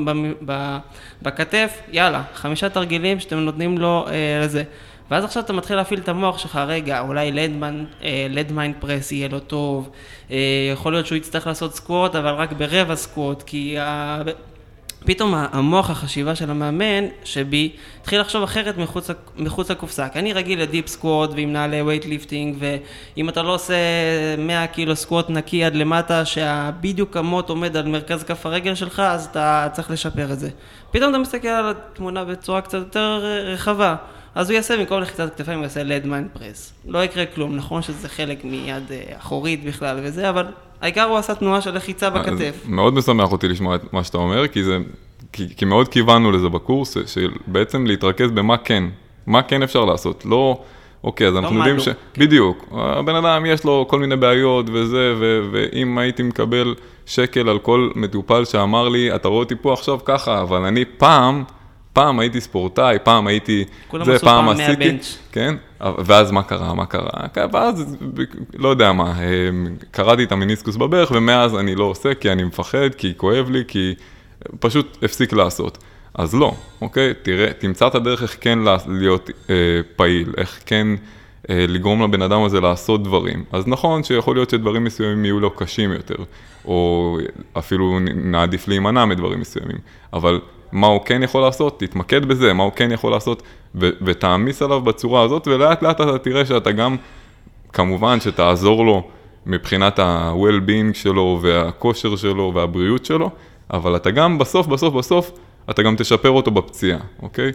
בכתף, יאללה, חמישה תרגילים שאתם נותנים לו לזה. ואז עכשיו אתה מתחיל להפעיל את המוח שלך, רגע, אולי לד מיינד פרס יהיה לו טוב, יכול להיות שהוא יצטרך לעשות סקווט, אבל רק ברבע סקווט, כי פתאום המוח החשיבה של המאמן שבי התחיל לחשוב אחרת מחוץ, מחוץ לקופסה. כי אני רגיל לדיפ סקווט ועם נעלי ווייטליפטינג, ואם אתה לא עושה מאה קילו סקווט נקי עד למטה, שהבדיוק המוט עומד על מרכז כף הרגל שלך, אז אתה צריך לשפר את זה. פתאום אתה מסתכל על התמונה בצורה קצת יותר רחבה. אז הוא יעשה במקום לחיצת כתפיים, הוא יעשה לד מיינד פרס. לא יקרה כלום, נכון שזה חלק מיד אחורית בכלל וזה, אבל העיקר הוא עשה תנועה של לחיצה בכתף. מאוד משמח אותי לשמוע את מה שאתה אומר, כי, זה, כי, כי מאוד כיוונו לזה בקורס, שבעצם להתרכז במה כן, מה כן אפשר לעשות. לא, אוקיי, אז אנחנו יודעים ש... בדיוק, הבן אדם יש לו כל מיני בעיות וזה, ו, ואם הייתי מקבל שקל על כל מטופל שאמר לי, אתה רואה אותי פה עכשיו ככה, אבל אני פעם... פעם הייתי ספורטאי, פעם הייתי, זה פעם עשיתי, כן? ואז מה קרה, מה קרה? ואז, לא יודע מה, קראתי את המיניסקוס בברך, ומאז אני לא עושה, כי אני מפחד, כי כואב לי, כי פשוט הפסיק לעשות. אז לא, אוקיי? תראה, תמצא את הדרך איך כן להיות פעיל, איך כן לגרום לבן אדם הזה לעשות דברים. אז נכון שיכול להיות שדברים מסוימים יהיו לו קשים יותר, או אפילו נעדיף להימנע מדברים מסוימים, אבל מה הוא כן יכול לעשות, תתמקד בזה, מה הוא כן יכול לעשות, ו- ותעמיס עליו בצורה הזאת, ולאט לאט אתה תראה שאתה גם, כמובן שתעזור לו מבחינת ה-well-being שלו, והכושר שלו, והבריאות שלו, אבל אתה גם בסוף, בסוף, בסוף, אתה גם תשפר אותו בפציעה, אוקיי?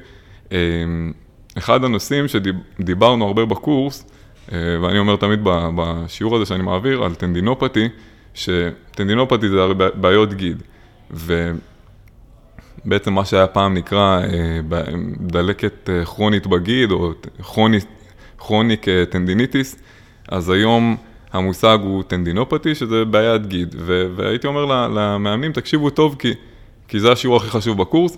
אחד הנושאים שדיברנו הרבה בקורס, ואני אומר תמיד בשיעור הזה שאני מעביר, על טנדינופתי, שטנדינופתי זה בעיות גיד, ו... בעצם מה שהיה פעם נקרא דלקת כרונית בגיד, או כרוניק טנדיניטיס, אז היום המושג הוא טנדינופתי, שזה בעיית גיד. והייתי אומר למאמנים, תקשיבו טוב, כי, כי זה השיעור הכי חשוב בקורס.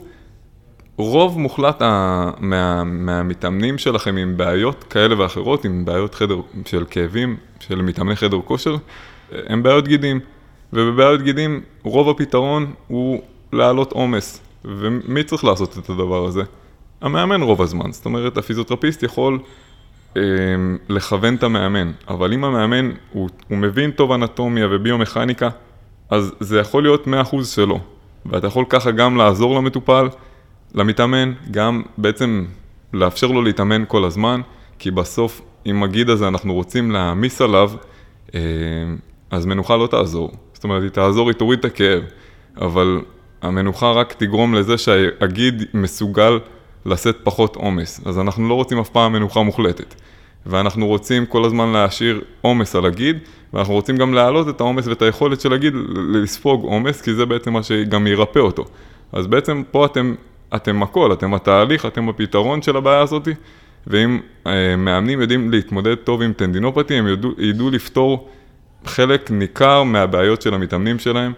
רוב מוחלט מה, מהמתאמנים שלכם עם בעיות כאלה ואחרות, עם בעיות חדר של כאבים, של מתאמני חדר כושר, הם בעיות גידים. ובבעיות גידים, רוב הפתרון הוא להעלות עומס. ומי צריך לעשות את הדבר הזה? המאמן רוב הזמן. זאת אומרת, הפיזיותרפיסט יכול אה, לכוון את המאמן. אבל אם המאמן הוא, הוא מבין טוב אנטומיה וביומכניקה, אז זה יכול להיות מאה אחוז שלו. ואתה יכול ככה גם לעזור למטופל, למתאמן, גם בעצם לאפשר לו להתאמן כל הזמן, כי בסוף, עם הגיד הזה אנחנו רוצים להעמיס עליו, אה, אז מנוחה לא תעזור. זאת אומרת, היא תעזור, היא תוריד את הכאב. אבל המנוחה רק תגרום לזה שהגיד מסוגל לשאת פחות עומס. אז אנחנו לא רוצים אף פעם מנוחה מוחלטת. ואנחנו רוצים כל הזמן להשאיר עומס על הגיד, ואנחנו רוצים גם להעלות את העומס ואת היכולת של הגיד לספוג עומס, כי זה בעצם מה שגם ירפא אותו. אז בעצם פה אתם, אתם הכל, אתם התהליך, אתם הפתרון של הבעיה הזאת, ואם אה, מאמנים יודעים להתמודד טוב עם טנדינופתי, הם ידעו, ידעו לפתור חלק ניכר מהבעיות של המתאמנים שלהם,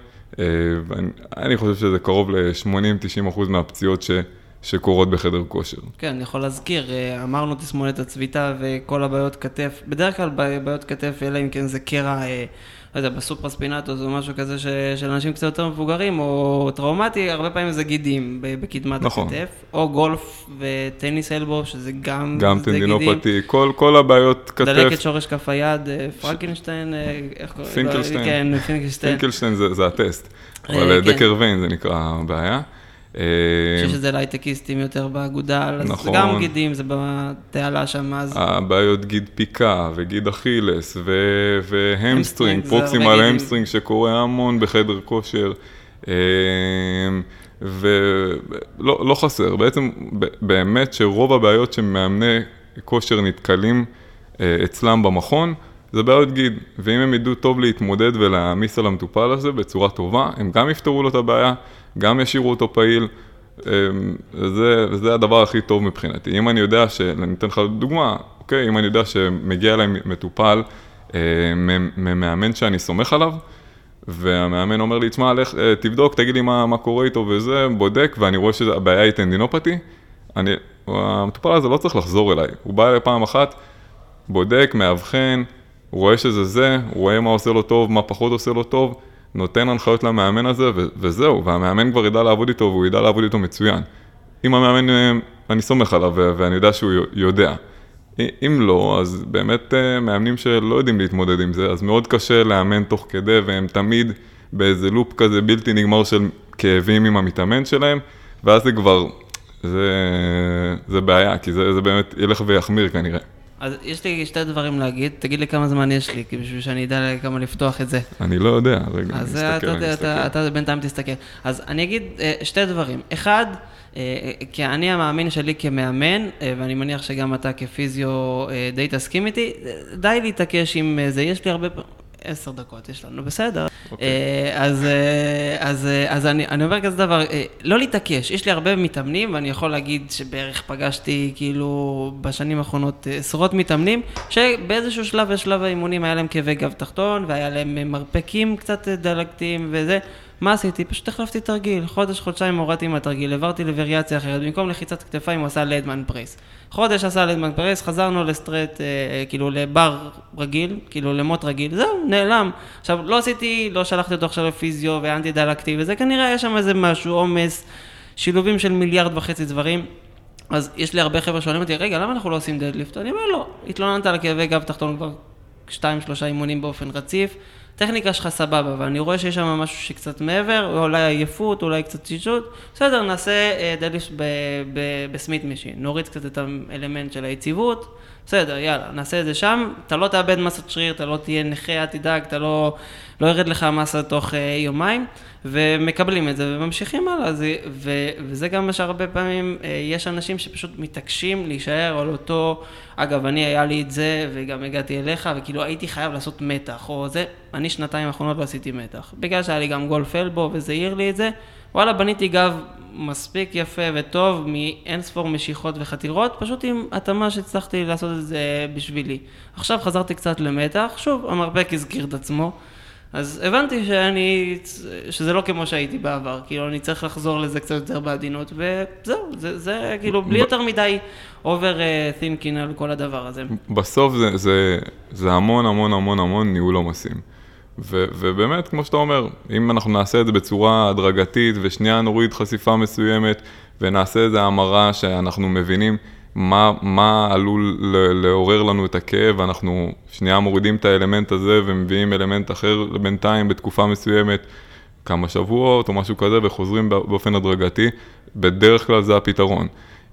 ואני חושב שזה קרוב ל-שמונים עד תשעים אחוז מהפציעות ש, שקורות בחדר כושר. כן, אני יכול להזכיר, אמרנו תסמונת הצביטה וכל הבעיות כתף, בדרך כלל בעיות כתף, אלא אם כן זה קרע, לא יודע, בסופרספינטוס או משהו כזה ש, של אנשים קצת יותר מבוגרים, או טראומטי, הרבה פעמים זה גידים בקדמת נכון. הכתף, או גולף וטניס אלבו, שזה גם, גם טנדינופתי, כל, כל הבעיות כתף. דלקת שורש כף היד, פרנקנשטיין, איך קוראים? פינקלשטיין. כן, פינקלשטיין. פינקלשטיין זה, זה הטסט, אבל כן. דקר ויין זה נקרא הבעיה. אני חושב שזה לייטקיסטים יותר באגודל, אז נכון. גם גידים, זה בתעלה שם. אז... הבעיות גיד פיקה וגיד אכילס ו- והמסטרינג, פרוקסימל המסטרינג שקורה המון בחדר כושר, ולא לא חסר. בעצם באמת שרוב הבעיות שמאמני כושר נתקלים אצלם במכון, זה בעיות גיד, ואם הם ידעו טוב להתמודד ולהעמיס על המטופל הזה בצורה טובה, הם גם יפתרו לו את הבעיה, גם ישאירו אותו פעיל, זה, זה הדבר הכי טוב מבחינתי. אם אני יודע ש... אני אתן לך דוגמה, אוקיי? אם אני יודע שמגיע אליי מטופל, ממאמן שאני סומך עליו, והמאמן אומר לי, תשמע, לך, תבדוק, תגיד לי מה, מה קורה איתו וזה, בודק, ואני רואה שהבעיה היא טנדינופתי, אני, המטופל הזה לא צריך לחזור אליי. הוא בא אליי פעם אחת, בודק, מאבחן, הוא רואה שזה זה, הוא רואה מה עושה לו טוב, מה פחות עושה לו טוב, נותן הנחיות למאמן הזה, ו- וזהו, והמאמן כבר ידע לעבוד איתו, והוא ידע לעבוד איתו מצוין. אם המאמן, אני סומך עליו, ו- ואני יודע שהוא יודע. אם לא, אז באמת מאמנים שלא יודעים להתמודד עם זה, אז מאוד קשה לאמן תוך כדי, והם תמיד באיזה לופ כזה בלתי נגמר של כאבים עם המתאמן שלהם, ואז זה כבר, זה, זה בעיה, כי זה, זה באמת ילך ויחמיר כנראה. אז יש לי שתי דברים להגיד, תגיד לי כמה זמן יש לי, כי בשביל שאני אדע כמה לפתוח את זה. אני לא יודע, רגע, אז אני אתה, מסתכל, אני אתה, מסתכל. אתה בינתיים תסתכל. אז אני אגיד שתי דברים. אחד, כי אני המאמין שלי כמאמן, ואני מניח שגם אתה כפיזיו די תסכים איתי, די להתעקש עם זה, יש לי הרבה פעמים, עשר דקות יש לנו, בסדר. אז, אז, אז אני, אני אומר כזה דבר, לא להתעקש, יש לי הרבה מתאמנים, ואני יכול להגיד שבערך פגשתי כאילו בשנים האחרונות עשרות מתאמנים, שבאיזשהו שלב ושלב האימונים היה להם כאבי גב תחתון, והיה להם מרפקים קצת דלקתיים וזה. מה עשיתי? פשוט החלפתי תרגיל. חודש, חודשיים הורדתי מהתרגיל, עברתי לווריאציה אחרת, במקום לחיצת כתפיים הוא עשה לדמן פרייס. חודש עשה לדמן פרייס, חזרנו לסטרט, אה, כאילו לבר רגיל, כאילו למוט רגיל, זהו, נעלם. עכשיו, לא עשיתי, לא שלחתי אותו עכשיו לפיזיו ואנטי דלקתי, וזה כנראה יש שם איזה משהו, עומס, שילובים של מיליארד וחצי דברים. אז יש לי הרבה חבר'ה שואלים אותי, רגע, למה אנחנו לא עושים דדליפט? אני אומר, לא, התלוננת על כאבי גב תחתון כבר שתיים, שלושה אימונים באופן רציף, טכניקה שלך סבבה, ואני רואה שיש שם משהו שקצת מעבר, אולי עייפות, אולי קצת תשישות, בסדר, נעשה דדליפט בסמית משין, נוריד קצת את האלמנט של היציבות, בסדר, יאללה, נעשה את זה שם, אתה לא תאבד מסת שריר, אתה לא תהיה נכה, אל תדאג, אתה לא, לא ירד לך מסה תוך יומיים, ומקבלים את זה וממשיכים הלאה, ו, וזה גם מה שהרבה פעמים יש אנשים שפשוט מתעקשים להישאר על אותו, אגב, אני היה לי את זה, וגם הגעתי אליך, וכאילו הייתי חייב לעשות מתח, או זה, אני שנתיים האחרונות לא עשיתי מתח, בגלל שהיה לי גם גולף אלבו, וזה העיר לי את זה, וואלה, בניתי גב מספיק יפה וטוב, מאין ספור משיכות וחתירות, פשוט עם התאמה שהצלחתי לעשות את זה בשבילי. עכשיו חזרתי קצת למתח, שוב, המרפק הזכיר את עצמו, אז הבנתי שאני, שזה לא כמו שהייתי בעבר, כאילו אני צריך לחזור לזה קצת יותר בעדינות, וזהו, זה, זה כאילו בלי יותר מדי over thinking על כל הדבר הזה. בסוף זה, זה, זה המון המון המון המון ניהול עומסים. ו, ובאמת, כמו שאתה אומר, אם אנחנו נעשה את זה בצורה הדרגתית, ושנייה נוריד חשיפה מסוימת, ונעשה איזו המרה שאנחנו מבינים מה, מה עלול לעורר לנו את הכאב, ואנחנו שנייה מורידים את האלמנט הזה, ומביאים אלמנט אחר בינתיים בתקופה מסוימת, כמה שבועות או משהו כזה, וחוזרים באופן הדרגתי, בדרך כלל זה הפתרון.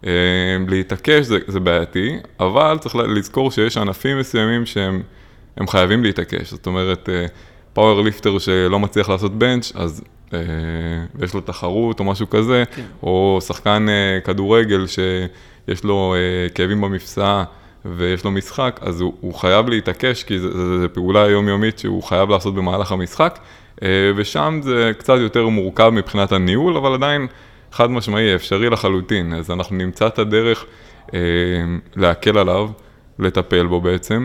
להתעקש זה, זה בעייתי, אבל צריך לזכור שיש ענפים מסוימים שהם הם חייבים להתעקש. זאת אומרת, פאוור ליפטר שלא מצליח לעשות בנץ', אז אה, יש לו תחרות או משהו כזה, כן. או שחקן אה, כדורגל שיש לו אה, כאבים במפסעה ויש לו משחק, אז הוא, הוא חייב להתעקש, כי זה, זה, זה פעולה יומיומית שהוא חייב לעשות במהלך המשחק, אה, ושם זה קצת יותר מורכב מבחינת הניהול, אבל עדיין חד משמעי, אפשרי לחלוטין. אז אנחנו נמצא את הדרך אה, להקל עליו, לטפל בו בעצם,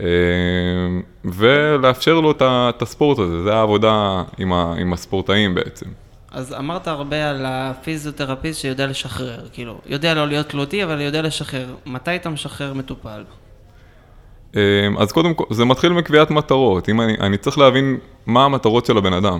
ולאפשר לו את הספורט הזה, זה העבודה עם, ה, עם הספורטאים בעצם. אז אמרת הרבה על הפיזיותרפיסט שיודע לשחרר, כאילו, יודע לא להיות תלותי, אבל יודע לשחרר. מתי אתה משחרר מטופל? אז קודם כל, זה מתחיל מקביעת מטרות. אם אני, אני צריך להבין מה המטרות של הבן אדם.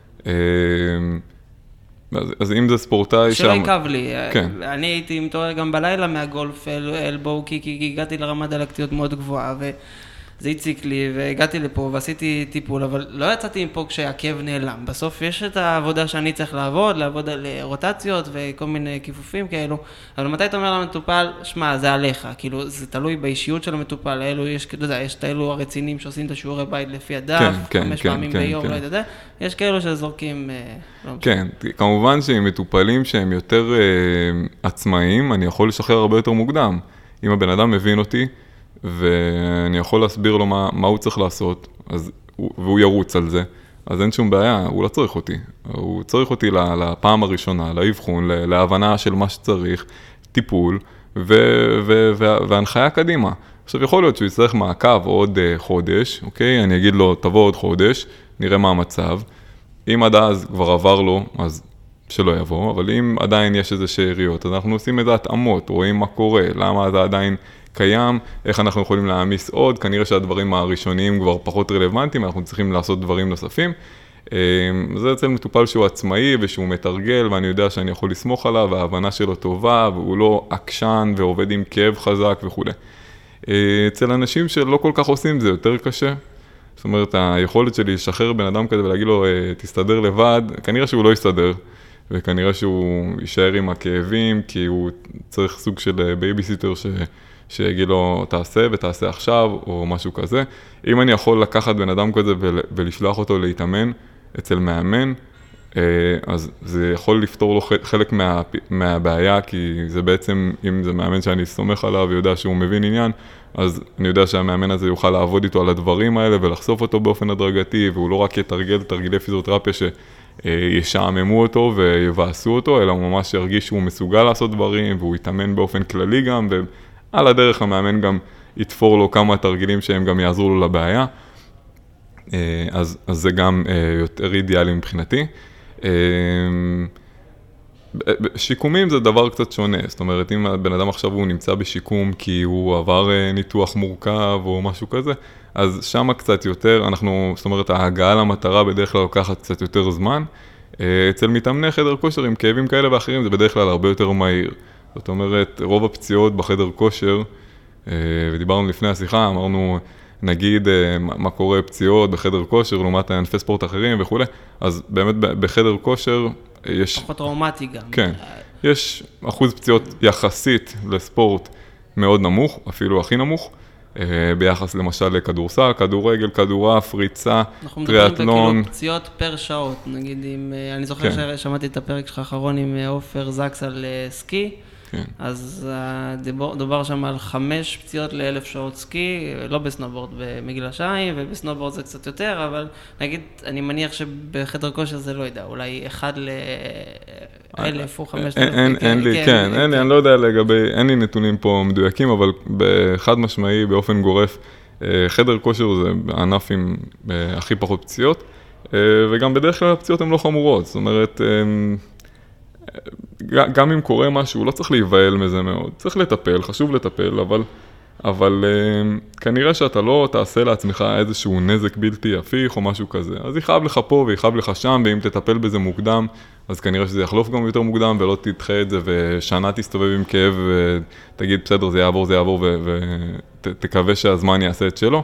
אז, אז אם זה ספורטאי שלא יקב לי, כן. אני הייתי מתעורר גם בלילה מהגולף אלבו, כי, כי הגעתי לרמת דלקתיות מאוד גבוהה, וזה הציק לי, והגעתי לפה ועשיתי טיפול, אבל לא יצאתי מפה כשהכאב נעלם. בסוף יש את העבודה שאני צריך לעבוד, לעבוד על רוטציות וכל מיני כיפופים כאלו, אבל מתי אתה אומר למטופל, שמע, זה עליך, כאילו, זה תלוי באישיות של המטופל, אלו יש, אתה יודע, יש את אלו הרצינים שעושים את השיעורי בית לפי הדף, כן, חמש כן, פעמים כן, ביום, כן. לא יודע, יש כאלו שזורקים, לא כן, כמובן שעם מטופלים שהם יותר אה, עצמאיים, אני יכול לשחרר הרבה יותר מוקדם. אם הבן אדם מבין אותי, ואני יכול להסביר לו מה, מה הוא צריך לעשות, אז, והוא ירוץ על זה, אז אין שום בעיה, הוא לא צריך אותי. הוא צריך אותי לפעם הראשונה, לאבחון, להבנה של מה שצריך, טיפול, ו, ו, ו, והנחיה קדימה. עכשיו יכול להיות שהוא יצטרך מעקב עוד חודש, אוקיי? אני אגיד לו, תבוא עוד חודש, נראה מה המצב. אם עד אז כבר עבר לו, אז שלא יבוא, אבל אם עדיין יש איזה שאריות, אז אנחנו עושים איזה התאמות, רואים מה קורה, למה זה עדיין קיים, איך אנחנו יכולים להעמיס עוד, כנראה שהדברים הראשוניים כבר פחות רלוונטיים, אנחנו צריכים לעשות דברים נוספים. זה אצל מטופל שהוא עצמאי ושהוא מתרגל, ואני יודע שאני יכול לסמוך עליו, וההבנה שלו טובה, והוא לא עקשן ועובד עם כאב חזק וכו'. אצל אנשים שלא כל כך עושים זה יותר קשה. זאת אומרת, היכולת שלי לשחרר בן אדם כזה ולהגיד לו, תסתדר לבד, כנראה שהוא לא יסתדר, וכנראה שהוא יישאר עם הכאבים, כי הוא צריך סוג של בייביסיטר ש... שיגיד לו, תעשה ותעשה עכשיו, או משהו כזה. אם אני יכול לקחת בן אדם כזה ולשלוח אותו להתאמן אצל מאמן, אז זה יכול לפתור לו חלק מה, מהבעיה, כי זה בעצם, אם זה מאמן שאני סומך עליו ויודע שהוא מבין עניין, אז אני יודע שהמאמן הזה יוכל לעבוד איתו על הדברים האלה ולחשוף אותו באופן הדרגתי, והוא לא רק יתרגל תרגילי פיזיותרפיה שישעממו אותו ויבאסו אותו, אלא הוא ממש ירגיש שהוא מסוגל לעשות דברים, והוא יתאמן באופן כללי גם, ועל הדרך המאמן גם יתפור לו כמה תרגילים שהם גם יעזרו לו לבעיה. אז, אז זה גם יותר אידיאלי מבחינתי. שיקומים זה דבר קצת שונה, זאת אומרת, אם הבן אדם עכשיו הוא נמצא בשיקום כי הוא עבר ניתוח מורכב או משהו כזה, אז שם קצת יותר, אנחנו, זאת אומרת, ההגעה למטרה בדרך כלל לוקחת קצת יותר זמן. אצל מתאמני חדר כושר עם כאבים כאלה ואחרים זה בדרך כלל הרבה יותר מהיר. זאת אומרת, רוב הפציעות בחדר כושר, ודיברנו לפני השיחה, אמרנו, נגיד מה קורה פציעות בחדר כושר, לעומת ענפי ספורט אחרים וכו'. אז באמת בחדר כושר יש... פחות טראומטי גם. כן. יש אחוז פציעות יחסית לספורט מאוד נמוך, אפילו הכי נמוך, ביחס למשל לכדורסל, כדורגל, כדורעף, ריצה, טריאטלון. אנחנו מדברים בכאילו פציעות פר שעות, נגיד אם... אני זוכר כן. ששמעתי את הפרק שלך האחרון עם עופר זקס על סקי, כן. אז דובר, דובר שם על חמש פציעות לאלף שעות סקי, לא בסנובורד במגלשיים, ובסנובורד זה קצת יותר, אבל נגיד, אני מניח שבחדר כושר זה לא יודע, אולי אחד לאלף או חמש אלף. אין, אין לי, כן, אין לי, אני לא יודע לגבי, אין לי נתונים פה מדויקים, אבל בחד משמעי, באופן גורף, חדר כושר זה ענף עם הכי פחות פציעות, וגם בדרך כלל הפציעות הן לא חמורות, זאת אומרת, גם אם קורה משהו, לא צריך להיבהל מזה מאוד, צריך לטפל, חשוב לטפל, אבל, אבל כנראה שאתה לא תעשה לעצמך איזשהו נזק בלתי הפיך או משהו כזה, אז יכאב לך פה ויכאב לך שם, ואם תטפל בזה מוקדם, אז כנראה שזה יחלוף גם יותר מוקדם, ולא תדחה את זה, ושנה תסתובב עם כאב, ותגיד, בסדר, זה יעבור, זה יעבור, ותקווה שהזמן יעשה את שלו.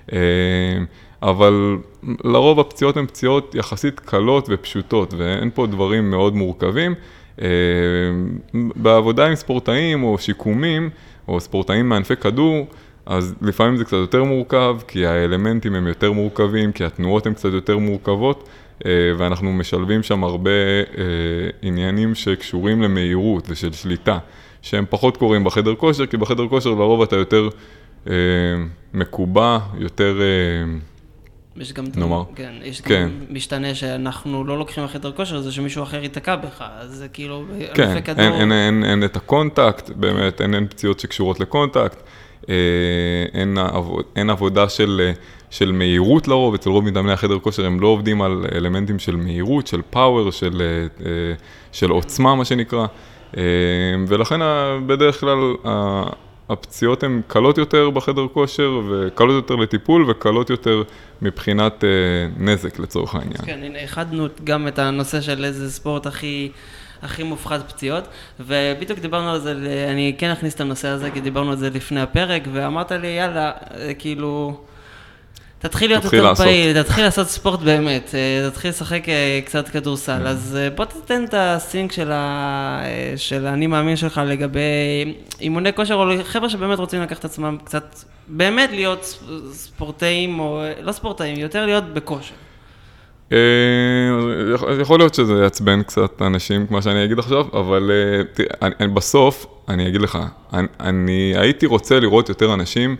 אבל לרוב הפציעות הן פציעות יחסית קלות ופשוטות, ואין פה דברים מאוד מורכבים. בעבודה עם ספורטאים או שיקומים, או ספורטאים מענפי כדור, אז לפעמים זה קצת יותר מורכב, כי האלמנטים הם יותר מורכבים, כי התנועות הן קצת יותר מורכבות, ואנחנו משלבים שם הרבה עניינים שקשורים למהירות ושל שליטה, שהם פחות קורים בחדר כושר, כי בחדר כושר לרוב אתה יותר מקובע, יותר... יש גם, נאמר. כן, יש כן. גם משתנה שאנחנו לא לוקחים לחדר כושר, זה שמישהו אחר ייתקע בך, אז זה כאילו, כן, אלפי כדור... אין, אין, אין, אין את הקונטקט, באמת, אין, אין פציעות שקשורות לקונטקט, אין, עבוד, אין עבודה של, של מהירות לרוב, אצל רוב מתאמני החדר כושר הם לא עובדים על אלמנטים של מהירות, של פאוור, של, של עוצמה, מה שנקרא, ולכן בדרך כלל... הפציעות הן קלות יותר בחדר כושר, וקלות יותר לטיפול, וקלות יותר מבחינת אה, נזק לצורך העניין. כן, הנה, החדנו גם את הנושא של איזה ספורט הכי, הכי מופחד פציעות, ובדיוק דיברנו על זה, אני כן אכניס את הנושא הזה, כי דיברנו על זה לפני הפרק, ואמרת לי, יאללה, כאילו... תתחיל להיות יותר פעיל, תתחיל לעשות ספורט באמת, תתחיל לשחק קצת כדורסל, אז בוא תתן את הסינק של, ה... של אני מאמין שלך לגבי אימוני כושר, או חבר'ה שבאמת רוצים לקחת את עצמם קצת, באמת להיות ספורטאים, או לא ספורטאים, יותר להיות בכושר. יכול להיות שזה יעצבן קצת אנשים, כמו שאני אגיד עכשיו, אבל בסוף, אני אגיד לך, אני הייתי רוצה לראות יותר אנשים,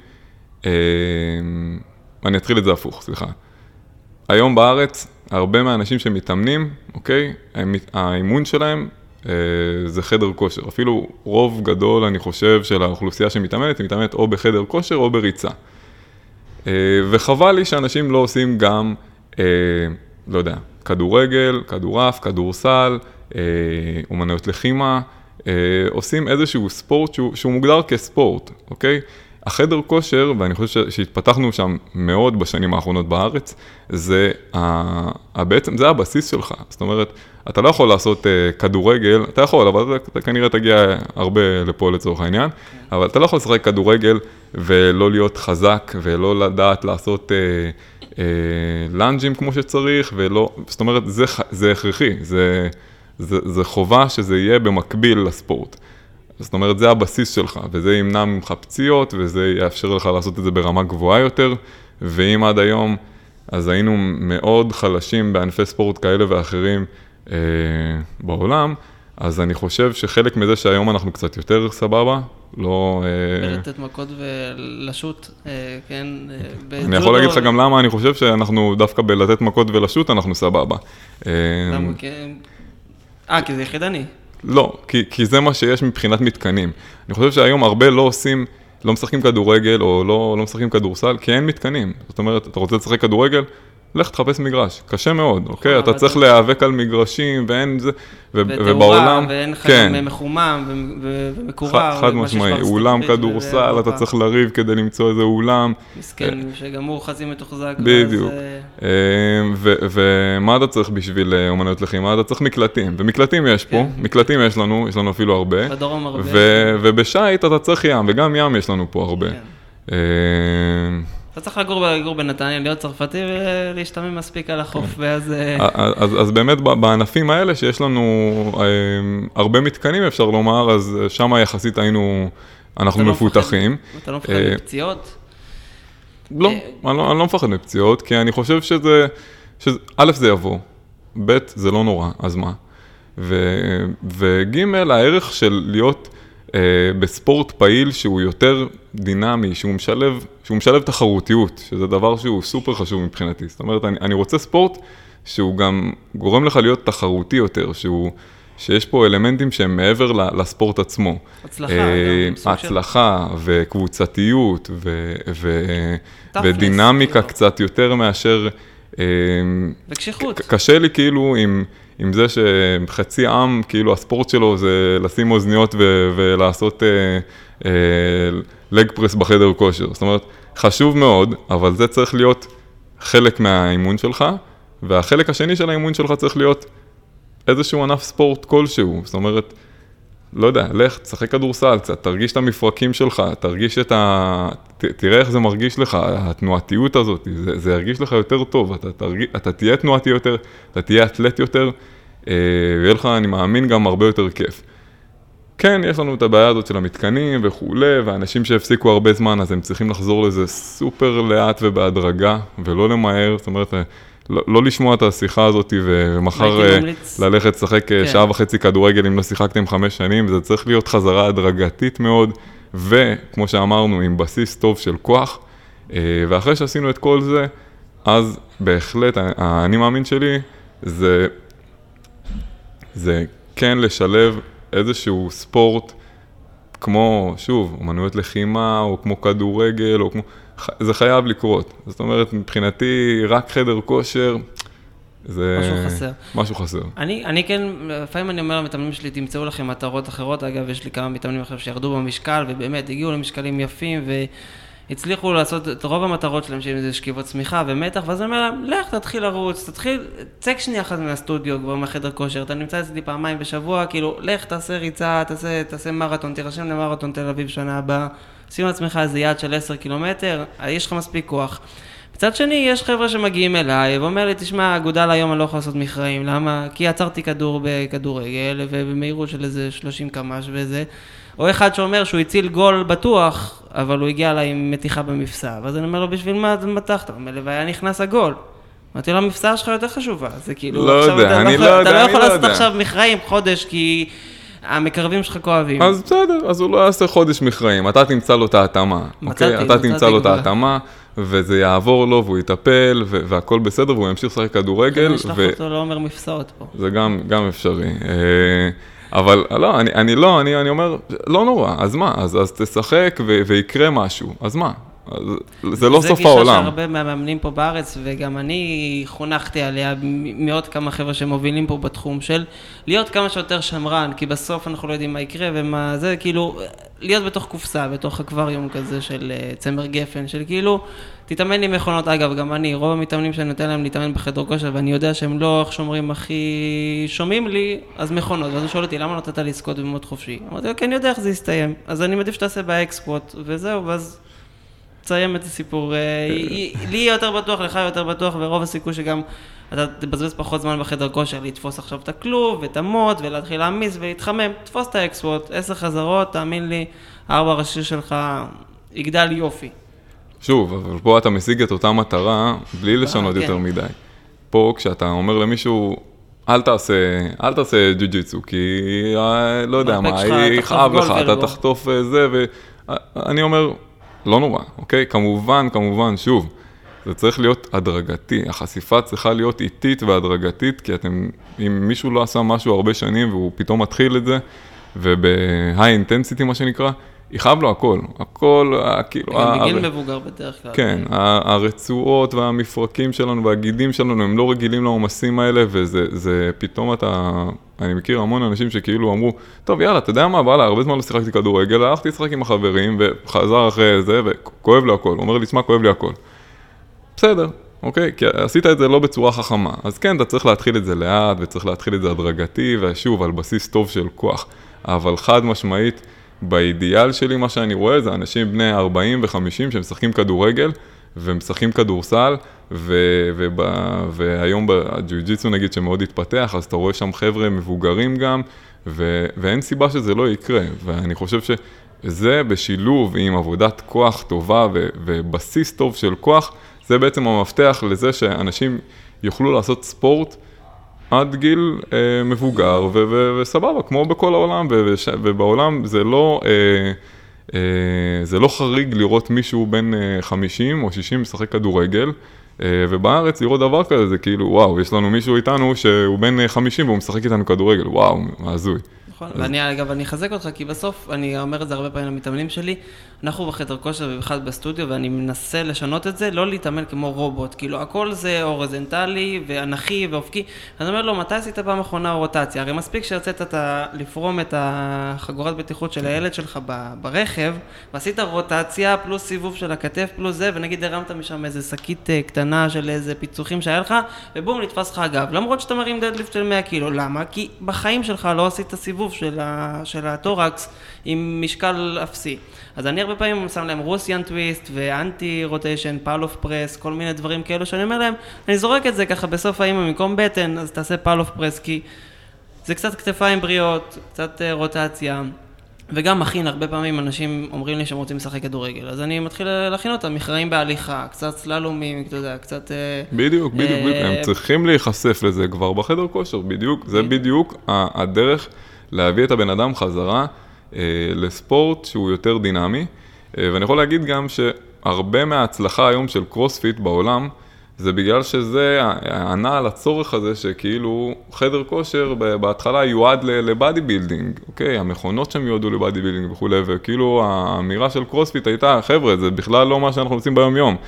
אני אתחיל את זה הפוך, סליחה. היום בארץ, הרבה מהאנשים שמתאמנים, אוקיי, האימון שלהם אה, זה חדר כושר. אפילו רוב גדול, אני חושב, של האוכלוסייה שמתאמנת, היא מתאמנת או בחדר כושר או בריצה. אה, וחבל לי שאנשים לא עושים גם, אה, לא יודע, כדורגל, כדורעף, כדורסל, אה, אומנויות לחימה, עושים איזשהו ספורט שהוא, שהוא מוגדר כספורט, אוקיי? החדר כושר, ואני חושב שהתפתחנו שם מאוד בשנים האחרונות בארץ, זה ה... בעצם זה הבסיס שלך. זאת אומרת, אתה לא יכול לעשות uh, כדורגל, אתה יכול, אבל אתה כנראה תגיע הרבה לפה לצורך העניין, okay. אבל אתה לא יכול לשחק כדורגל ולא להיות חזק ולא לדעת לעשות uh, uh, לנג'ים כמו שצריך, ולא, זאת אומרת, זה, זה הכרחי, זה, זה, זה חובה שזה יהיה במקביל לספורט. זאת אומרת, זה הבסיס שלך, וזה ימנע ממך פציעות, וזה יאפשר לך לעשות את זה ברמה גבוהה יותר, ואם עד היום, אז היינו מאוד חלשים בענפי ספורט כאלה ואחרים אה, בעולם, אז אני חושב שחלק מזה שהיום אנחנו קצת יותר סבבה, לא... אה... ולתת מכות ולשוט, אה, כן? אה, אני יכול להגיד לך גם למה, אני חושב שאנחנו דווקא בלתת מכות ולשוט, אנחנו סבבה. אה, למה? כן... אה, כי זה יחידני. לא, כי, כי זה מה שיש מבחינת מתקנים. אני חושב שהיום הרבה לא עושים, לא משחקים כדורגל או לא, לא משחקים כדורסל, כי אין מתקנים. זאת אומרת, אתה רוצה לשחק כדורגל, לך תחפש מגרש. קשה מאוד, אוקיי? אתה צריך להיאבק על מגרשים ואין זה, ובעולם... ואין לך גם מחומם ומקורר. חד משמעי, אולם כדורסל, אתה צריך לריב כדי למצוא איזה אולם. מסכן, שגם הוא חצי מתוחזק. בדיוק. ומה אתה צריך בשביל אומנויות לחימה? אתה צריך מקלטים, ומקלטים יש פה, מקלטים יש לנו, יש לנו אפילו הרבה. בדרום הרבה. ובשייט אתה צריך ים, וגם ים יש לנו פה הרבה. אתה צריך לגור, לגור בנתניה, להיות צרפתי ולהשתמם מספיק על החוף, ואז... אז, אז באמת בענפים האלה שיש לנו הרבה מתקנים, אפשר לומר, אז שם יחסית היינו, אנחנו מפותחים. אתה לא מפחד מפציעות? לא, אני לא, אני לא מפחד מפציעות, כי אני חושב שזה, שזה, א' זה יבוא, ב' זה לא נורא, אז מה? וג' הערך של להיות... בספורט פעיל שהוא יותר דינמי, שהוא משלב, שהוא משלב תחרותיות, שזה דבר שהוא סופר חשוב מבחינתי. זאת אומרת, אני, אני רוצה ספורט שהוא גם גורם לך להיות תחרותי יותר, שהוא, שיש פה אלמנטים שהם מעבר לספורט עצמו. הצלחה. הצלחה וקבוצתיות ו, ו, ודינמיקה קצת יותר מאשר... וקשיחות. קשה לי כאילו עם... עם זה שחצי עם, כאילו הספורט שלו זה לשים אוזניות ו- ולעשות אה, אה, לג פרס בחדר כושר. זאת אומרת, חשוב מאוד, אבל זה צריך להיות חלק מהאימון שלך, והחלק השני של האימון שלך צריך להיות איזשהו ענף ספורט כלשהו. זאת אומרת, לא יודע, לך, תשחק כדורסל קצת, תרגיש את המפרקים שלך, תרגיש את ה... ת, תראה איך זה מרגיש לך, התנועתיות הזאת, זה, זה ירגיש לך יותר טוב, אתה, תרגיש, אתה תהיה תנועתי יותר, אתה תהיה אתלט יותר, ויהיה לך, אני מאמין, גם הרבה יותר כיף. כן, יש לנו את הבעיה הזאת של המתקנים וכולי, ואנשים שהפסיקו הרבה זמן, אז הם צריכים לחזור לזה סופר לאט ובהדרגה, ולא למהר, זאת אומרת, לא, לא לשמוע את השיחה הזאת ומחר ללכת לשחק כן. שעה וחצי כדורגל אם לא שיחקתם חמש שנים, זה צריך להיות חזרה הדרגתית מאוד, וכמו שאמרנו, עם בסיס טוב של כוח, ואחרי שעשינו את כל זה, אז בהחלט, אני מאמין שלי, זה, זה כן לשלב איזשהו ספורט, כמו, שוב, אומנויות לחימה, או כמו כדורגל, או כמו... זה חייב לקרות. זאת אומרת, מבחינתי, רק חדר כושר, זה... משהו חסר. משהו חסר. אני, אני כן, לפעמים אני אומר למתאמנים שלי, תמצאו לכם מטרות אחרות. אגב, יש לי כמה מתאמנים אחרים שירדו במשקל, ובאמת הגיעו למשקלים יפים, והצליחו לעשות את רוב המטרות שלהם, שהם זה שכיבות צמיחה ומתח, ואז אני אומר להם, לך, תתחיל לרוץ, תתחיל, צק שנייה אחת מהסטודיו, כבר מהחדר כושר, אתה נמצא אצלי פעמיים בשבוע, כאילו, לך, תעשה ריצה, תעשה, תעשה מרתון, תירשם למרתון תל אביב שנה הבאה, שים לעצמך איזה יעד של עשרה קילומטר, יש לך מספיק כוח. מצד שני, יש חבר'ה שמגיעים אליי, ואומר לי, תשמע, אגודל היום אני לא יכול לעשות מכרעים, למה? כי עצרתי כדור בכדורגל, ובמהירות של איזה שלושים קמ"ש וזה, או אחד שאומר שהוא הציל גול בטוח, אבל הוא הגיע אליי עם מתיחה במפסע, ואז אני אומר לו, בשביל מה אתה מתחת? הוא אומר לי, והיה נכנס הגול. אמרתי לו, המפסע שלך יותר חשובה, זה כאילו, לא יודע, אני לא יודע, אתה לא יכול לעשות עכשיו מכרעים חודש, כי המקרבים שלך כואבים. אז בסדר, אז הוא לא יעשה חודש מכרעים, אתה תמצא לו את ההתאמה. מצאתי, אתה תמצא לו את ההתאמה, וזה יעבור לו, והוא יטפל, והכל בסדר, והוא ימשיך לשחק כדורגל. אני אשלח אותו, לא אומר מפסעות פה. זה גם אפשרי. אבל לא, אני לא, אני אומר, לא נורא, אז מה? אז תשחק ויקרה משהו, אז מה? זה לא סוף העולם. זה גישה שהרבה מהמאמנים פה בארץ, וגם אני חונכתי עליה מעוד כמה חבר'ה שמובילים פה בתחום של להיות כמה שיותר שמרן, כי בסוף אנחנו לא יודעים מה יקרה ומה זה, כאילו, להיות בתוך קופסה, בתוך אקווריום כזה של צמר גפן, של כאילו, תתאמן עם מכונות. אגב, גם אני, רוב המתאמנים שאני נותן להם להתאמן בחדר כושר, ואני יודע שהם לא, איך שומרים, הכי שומעים לי, אז מכונות. ואז הוא שואל אותי, למה נתת לי לזכות במאוד חופשי? אמרתי, כן, אני יודע איך זה יסתיים. אז אני מעדיף שתעשה באקסקווט, וזהו, ואז תסיים את הסיפור. לי יותר בטוח, לך יותר בטוח, ורוב הסיכוי שגם אתה תבזבז פחות זמן בחדר כושר, לתפוס עכשיו את הכלוב, ואת המוט, ולהתחיל להמיס ולהתחמם. תפוס את האקסקווט, עשר חזרות, תאמין לי, ארבע ראשי שלך יגדל יופי. שוב, אבל פה אתה משיג את אותה מטרה, בלי לשנות יותר מדי. פה כשאתה אומר למישהו, אל תעשה, אל תעשה ג'ו-ג'יצו, כי לא יודע מה, יכאב לך, אתה תחטוף זה, ואני אומר, לא נורא, אוקיי? כמובן, כמובן, שוב, זה צריך להיות הדרגתי, החשיפה צריכה להיות איטית והדרגתית, כי אתם, אם מישהו לא עשה משהו הרבה שנים, והוא פתאום מתחיל את זה, ובהיי אינטנסיטי מה שנקרא, יכאב לו הכל, הכל, כאילו... גם בגיל מבוגר בדרך כלל. כן, הרצועות והמפרקים שלנו והגידים שלנו, הם לא רגילים לעומסים האלה, וזה פתאום אתה... אני מכיר המון אנשים שכאילו אמרו, טוב, יאללה, אתה יודע מה, בעלה, הרבה זמן לא שיחקתי כדורגל, הלכתי לשחק עם החברים, וחזר אחרי זה, וכואב לי הכל. הוא אומר לי, תשמע, כואב לי הכל. בסדר, אוקיי? כי עשית את זה לא בצורה חכמה. אז כן, אתה צריך להתחיל את זה לאט, וצריך להתחיל את זה הדרגתי, ושוב, על בסיס טוב של כוח. אבל חד משמעית, באידיאל שלי, מה שאני רואה, זה אנשים בני ארבעים וחמישים שמשחקים כדורגל, ומשחקים כדורסל, ו- ו- והיום בג'יו-ג'יצו נגיד שמאוד התפתח, אז אתה רואה שם חבר'ה מבוגרים גם, ו- ואין סיבה שזה לא יקרה. ואני חושב שזה בשילוב עם עבודת כוח טובה ו- ובסיס טוב של כוח, זה בעצם המפתח לזה שאנשים יוכלו לעשות ספורט, עד גיל אה, מבוגר ו- ו- וסבבה, כמו בכל העולם, ו- וש- ובעולם זה לא, אה, אה, זה לא חריג לראות מישהו בין אה, חמישים או שישים משחק כדורגל, אה, ובארץ לראות דבר כזה, זה כאילו, וואו, יש לנו מישהו איתנו שהוא בין אה, חמישים והוא משחק איתנו כדורגל, וואו, מעזוי. נכון, ואני אגב, אני אחזק אותך, כי בסוף, אני אומר את זה הרבה פעמים למתאמנים שלי, אנחנו בחדר כושר ובכלל בסטודיו, ואני מנסה לשנות את זה, לא להתאמן כמו רובוט, כאילו הכל זה אורזנטלי ואנכי ואופקי. אני אומר לו, מתי עשית פעם אחרונה רוטציה? הרי מספיק שיוצאת אתה לפרום את החגורת בטיחות של הילד שלך ברכב, ועשית רוטציה פלוס סיבוב של הכתף פלוס זה, ונגיד הרמת משם איזה שקית קטנה של איזה פיצוחים שהיה לך, ובום, נתפס לך אגב. למרות שאתה מרים דדליפט של מאה קילו, למה? כי בחיים שלך לא עשית סיבוב של, ה... של הטורקס עם משקל אפסי. אז אני הרבה פעמים שם להם רוסיאן טוויסט ואנטי רוטיישן, פאל אוף פרס, כל מיני דברים כאלו שאני אומר להם, אני זורק את זה ככה בסוף האימון במקום בטן, אז תעשה פאל אוף פרס, כי זה קצת כתפיים בריאות, קצת רוטציה, וגם מכין, הרבה פעמים אנשים אומרים לי שהם רוצים לשחק כדורגל, אז אני מתחיל להכין אותם, מכרעים בהליכה, קצת סללומים, אתה יודע, קצת... בדיוק, בדיוק, בדיוק, הם צריכים להיחשף לזה כבר בחדר כושר, בדיוק, זה בדיוק הדרך להביא את הבן אדם חזרה לספורט שהוא יותר דינמי, ואני יכול להגיד גם שהרבה מההצלחה היום של קרוספיט בעולם, זה בגלל שזה ענה על הצורך הזה שכאילו חדר כושר בהתחלה יועד לבאדי בילדינג, אוקיי, המכונות שם יועדו לבאדי בילדינג וכו', וכאילו האמירה של קרוספיט הייתה, חבר'ה, זה בכלל לא מה שאנחנו עושים ביום יום.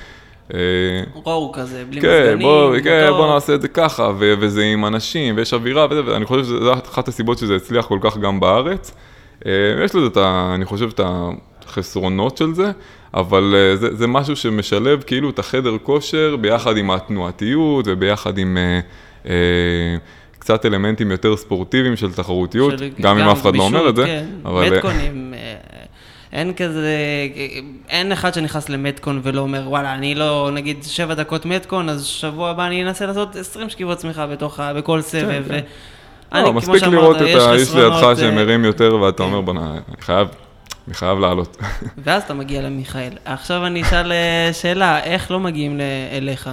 רואו כזה, בלי מזגנים. כן, בוא נעשה את זה ככה, וזה עם אנשים, ויש אווירה וזה, ואני חושב שזו אחת הסיבות שזה הצליח כל כך גם בארץ. יש לזה, אני חושב, את החסרונות של זה, אבל זה, זה משהו שמשלב כאילו את החדר כושר ביחד עם התנועתיות וביחד עם אה, אה, קצת אלמנטים יותר ספורטיביים של תחרותיות, של, גם אם אף אחד לא אומר את זה. כן, אבל... מתקונים, אין כזה, אין אחד שנכנס למטקון ולא אומר, וואלה, אני לא, נגיד, שבע דקות מטקון, אז שבוע הבא אני אנסה לעשות עשרים שכיבות צמיחה בתוך, בכל סבב. כן, כן. לא, מספיק לראות את האיש לידך שמרים יותר, ואתה אומר, בוא, אני חייב, אני חייב לעלות. ואז אתה מגיע למיכאל. עכשיו אני אשאל שאלה, איך לא מגיעים אליך?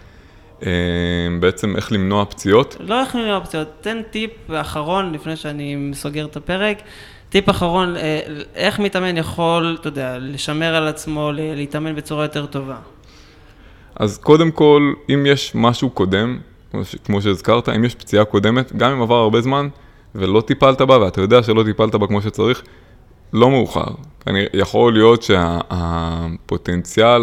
בעצם איך למנוע פציעות? לא איך למנוע פציעות, תן טיפ אחרון לפני שאני סוגר את הפרק. טיפ אחרון, איך מתאמן יכול, אתה יודע, לשמר על עצמו, להתאמן בצורה יותר טובה? אז קודם כל, אם יש משהו קודם, כמו שהזכרת, אם יש פציעה קודמת, גם אם עבר הרבה זמן ולא טיפלת בה, ואתה יודע שלא טיפלת בה כמו שצריך, לא מאוחר. יכול להיות פוטנציאל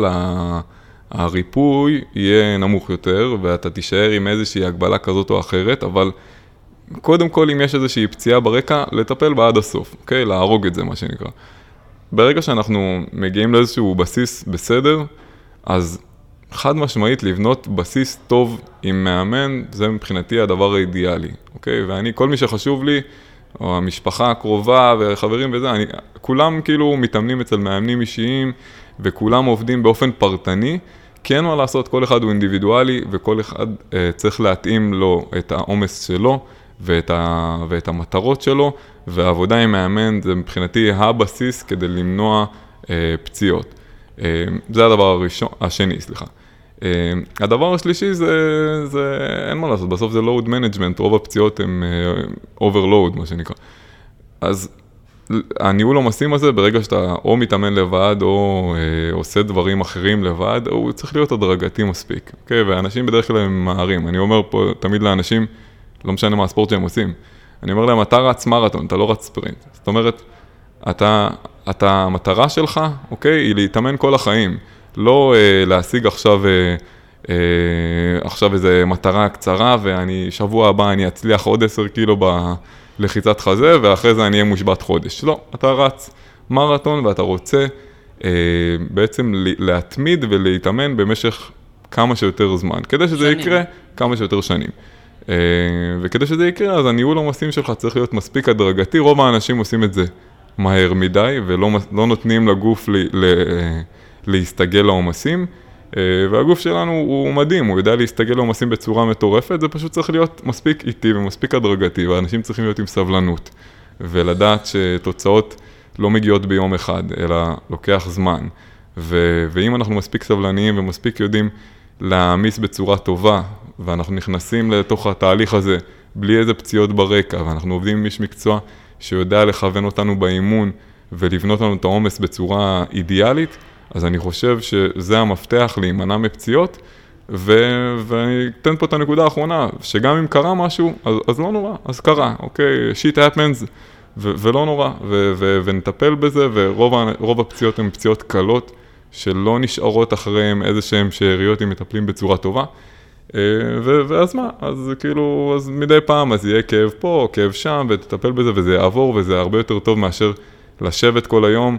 הריפוי יהיה נמוך יותר, ואתה תישאר עם איזושהי הגבלה כזאת או אחרת, אבל קודם כל, אם יש איזושהי פציעה ברקע, לטפל בה עד הסוף, אוקיי? להרוג את זה, מה שנקרא. ברגע שאנחנו מגיעים לאיזשהו בסיס בסדר, אז חד משמעית לבנות בסיס טוב עם מאמן, זה מבחינתי הדבר האידיאלי, אוקיי? ואני, כל מי שחשוב לי, או המשפחה הקרובה וחברים וזה, אני, כולם כאילו מתאמנים אצל מאמנים אישיים, וכולם עובדים באופן פרטני, כן מה לעשות, כל אחד הוא אינדיבידואלי, וכל אחד אה, צריך להתאים לו את העומס שלו, ואת, ה, ואת המטרות שלו, והעבודה עם מאמן זה מבחינתי הבסיס כדי למנוע אה, פציעות. אה, זה הדבר הראשון, השני, סליחה. Uh, הדבר השלישי זה, זה, אין מה לעשות, בסוף זה load management, רוב הפציעות הם uh, overload, מה שנקרא. אז הניהול עומסים הזה, ברגע שאתה או מתאמן לבד, או uh, עושה דברים אחרים לבד, הוא צריך להיות הדרגתי מספיק, אוקיי? ואנשים בדרך כלל הם מהרים. אני אומר פה תמיד לאנשים, לא משנה מה הספורט שהם עושים, אני אומר להם, אתה רץ מרתון, אתה לא רץ ספרינט. זאת אומרת, אתה, אתה, המטרה שלך, אוקיי, היא להתאמן כל החיים. לא אה, להשיג עכשיו, אה, אה, עכשיו איזו מטרה קצרה, ואני, שבוע הבא אני אצליח עוד עשר קילו בלחיצת חזה, ואחרי זה אני אהיה מושבת חודש. לא, אתה רץ מרתון ואתה רוצה אה, בעצם להתמיד ולהתאמן במשך כמה שיותר זמן, כדי שזה שנים. יקרה כמה שיותר שנים. אה, וכדי שזה יקרה, אז הניהול עומסים שלך צריך להיות מספיק הדרגתי, רוב האנשים עושים את זה מהר מדי, ולא לא נותנים לגוף ל... ל להסתגל לעומסים, והגוף שלנו הוא מדהים, הוא יודע להסתגל לעומסים בצורה מטורפת, זה פשוט צריך להיות מספיק איטי ומספיק הדרגתי, ואנשים צריכים להיות עם סבלנות, ולדעת שתוצאות לא מגיעות ביום אחד, אלא לוקח זמן, ו- ואם אנחנו מספיק סבלניים ומספיק יודעים להעמיס בצורה טובה, ואנחנו נכנסים לתוך התהליך הזה, בלי איזה פציעות ברקע, ואנחנו עובדים עם איש מקצוע שיודע לכוון אותנו באימון, ולבנות לנו את העומס בצורה אידיאלית, אז אני חושב שזה המפתח להימנע מפציעות, ו- ואני אתן פה את הנקודה האחרונה, שגם אם קרה משהו, אז, אז לא נורא, אז קרה, אוקיי, shit happens, ו- ולא נורא, ו- ו- ונטפל בזה, ורוב הפציעות הן פציעות קלות, שלא נשארות אחריהם איזה שהם שאריות אם מטפלים בצורה טובה, ו- ואז מה, אז כאילו, אז מדי פעם, אז יהיה כאב פה, כאב שם, ותטפל בזה, וזה יעבור, וזה הרבה יותר טוב מאשר לשבת כל היום,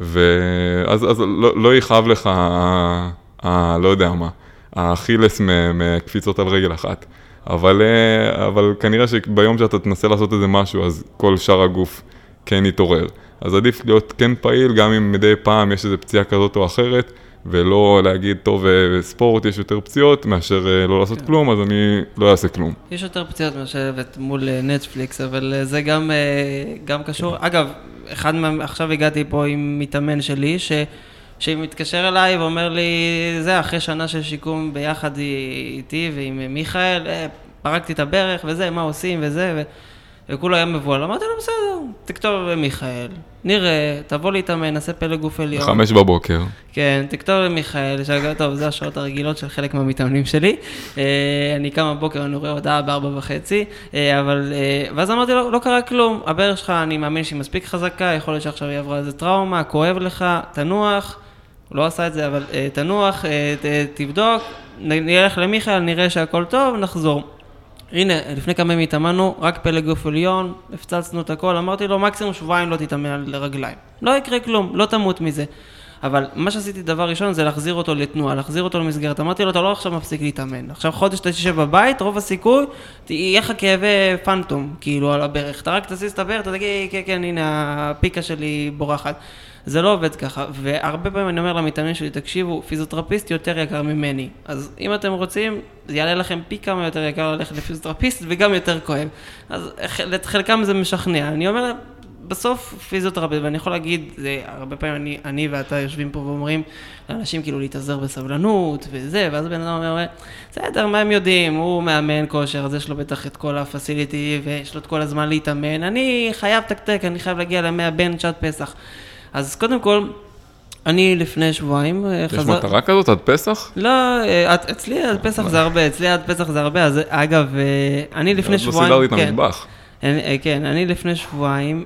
ואז אז לא, לא יכאב לך, ה, ה, לא יודע מה, האכילס מקפיצות על רגל אחת. אבל, אבל כנראה שביום שאתה תנסה לעשות איזה משהו, אז כל שאר הגוף כן יתעורר. אז עדיף להיות כן פעיל, גם אם מדי פעם יש איזו פציעה כזאת או אחרת, ולא להגיד, טוב, ספורט יש יותר פציעות, מאשר לא לעשות כלום, אז אני לא אעשה כלום. יש יותר פציעות משלבת מול נטפליקס, אבל זה גם, גם קשור. אגב, אחד מה, עכשיו הגעתי פה עם מתאמן שלי, ש, שמתקשר אליי ואומר לי, זה אחרי שנה של שיקום ביחד איתי ועם מיכאל, פרקתי את הברך וזה, מה עושים וזה, ו... וכולו היה מבועל. אמרתי לו, בסדר, תכתוב למיכאל, נראה, תבוא להתאמן, נעשה פלג גוף עליון. חמש בבוקר. כן, תכתוב למיכאל, שגע, טוב, זה השעות הרגילות של חלק מהמתאמנים שלי. אני קם בבוקר, אני רואה הודעה בארבע וחצי, אבל, ואז אמרתי לו, לא קרה כלום, הברך שלך, אני מאמין שהיא מספיק חזקה, יכול להיות שעכשיו היא עברה איזה טראומה, כואב לך, תנוח, הוא לא עשה את זה, אבל תנוח, תבדוק, נלך למיכאל, נראה שהכל טוב, נחזור. הנה, לפני כמה ימים התאמנו, רק פלג גוף עליון, הפצצנו את הכל, אמרתי לו, מקסימום שבועיים לא תתאמן על רגליים. לא יקרה כלום, לא תמות מזה. אבל מה שעשיתי דבר ראשון זה להחזיר אותו לתנועה, להחזיר אותו למסגרת. אמרתי לו, אתה לא עכשיו מפסיק להתאמן. עכשיו חודש אתה תשב בבית, רוב הסיכוי, תהיה לך כאבי פנטום, כאילו על הברך. אתה רק תסיס את הברך, אתה תגיד, כן, כן, הנה, הפיקה שלי בורחת. זה לא עובד ככה, והרבה פעמים אני אומר למתאמנים שלי, תקשיבו, פיזיותרפיסט יותר יקר ממני. אז אם אתם רוצים, זה יעלה לכם פי כמה יותר יקר ללכת לפיזיותרפיסט, וגם יותר כואב. אז לחלקם זה משכנע. אני אומר, בסוף פיזיותרפיסט, ואני יכול להגיד, זה הרבה פעמים אני, אני ואתה יושבים פה ואומרים, לאנשים כאילו להתעזר בסבלנות וזה, ואז בן אדם אומר, בסדר, מה הם יודעים? הוא מאמן כושר, אז יש לו בטח את כל הפסיליטי, ויש לו את כל הזמן להתאמן. אני חייב תקתק, אני חייב להגיע למאה בין שעת פסח. אז קודם כל, אני לפני שבועיים חזר... יש מטרה כזאת עד פסח? לא, אצלי עד פסח זה הרבה, אצלי עד פסח זה הרבה, אז אגב, אני לפני שבועיים... לא סידרתי את המטבח. כן, אני לפני שבועיים,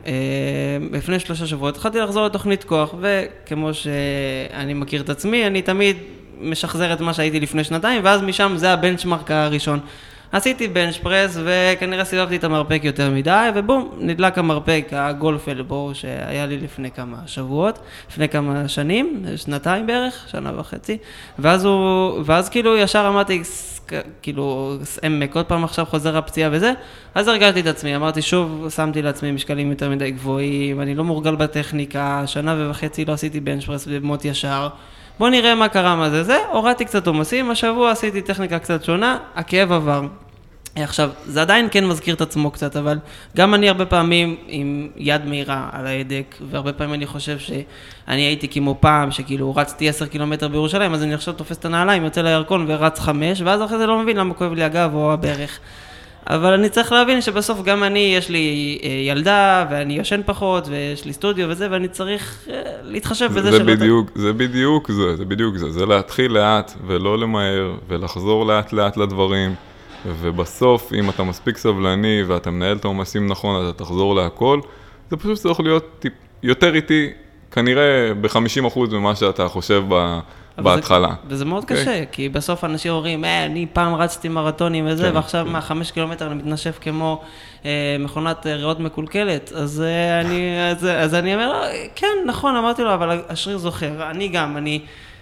לפני שלושה שבועות, התחלתי לחזור לתוכנית כוח, וכמו שאני מכיר את עצמי, אני תמיד משחזר את מה שהייתי לפני שנתיים, ואז משם זה הבנצ'מרק הראשון. עשיתי בנץ' פרס, וכנראה סיבבתי את המרפק יותר מדי, ובום, נדלק המרפק, הגולף אלבו, שהיה לי לפני כמה שבועות, לפני כמה שנים, שנתיים בערך, שנה וחצי, ואז הוא, ואז כאילו ישר אמרתי, כאילו, עמק, עוד פעם עכשיו חוזר הפציעה וזה, אז הרגלתי את עצמי, אמרתי שוב, שמתי לעצמי משקלים יותר מדי גבוהים, אני לא מורגל בטכניקה, שנה וחצי לא עשיתי בנץ' פרס במות ישר, בוא נראה מה קרה מה זה זה, הורדתי קצת עומסים, השבוע עשיתי טכניקה קצת שונה, הכאב עבר. עכשיו, זה עדיין כן מזכיר את עצמו קצת, אבל גם אני הרבה פעמים עם יד מהירה על ההדק, והרבה פעמים אני חושב שאני הייתי כמו פעם, שכאילו רצתי עשרה קילומטר בירושלים, אז אני עכשיו תופס את הנעליים, יוצא לירקון ורץ חמש, ואז אחרי זה לא מבין למה כואב לי הגב או הברך. אבל אני צריך להבין שבסוף גם אני, יש לי ילדה, ואני יושן פחות, ויש לי סטודיו וזה, ואני צריך להתחשב בזה זה שלא... בדיוק, זה בדיוק זה, זה בדיוק זה, זה להתחיל לאט ולא למהר, ולחזור לאט לאט לדברים, ובסוף, אם אתה מספיק סבלני, ואתה מנהל את העומסים נכון, אתה תחזור להכל, זה פשוט צריך להיות טיפ, יותר איטי, כנראה ב-חמישים אחוז ממה שאתה חושב ב... בהתחלה. זה, וזה מאוד okay. קשה, כי בסוף אנשים אומרים, אה, אני פעם רצתי מרתונים וזה, כן, ועכשיו כן. מה, חמש קילומטר אני מתנשף כמו אה, מכונת ריאות מקולקלת, אז, אה, אני, אז, אז אני אומר, כן, נכון, אמרתי לו, אבל השריר זוכר, אני גם, אני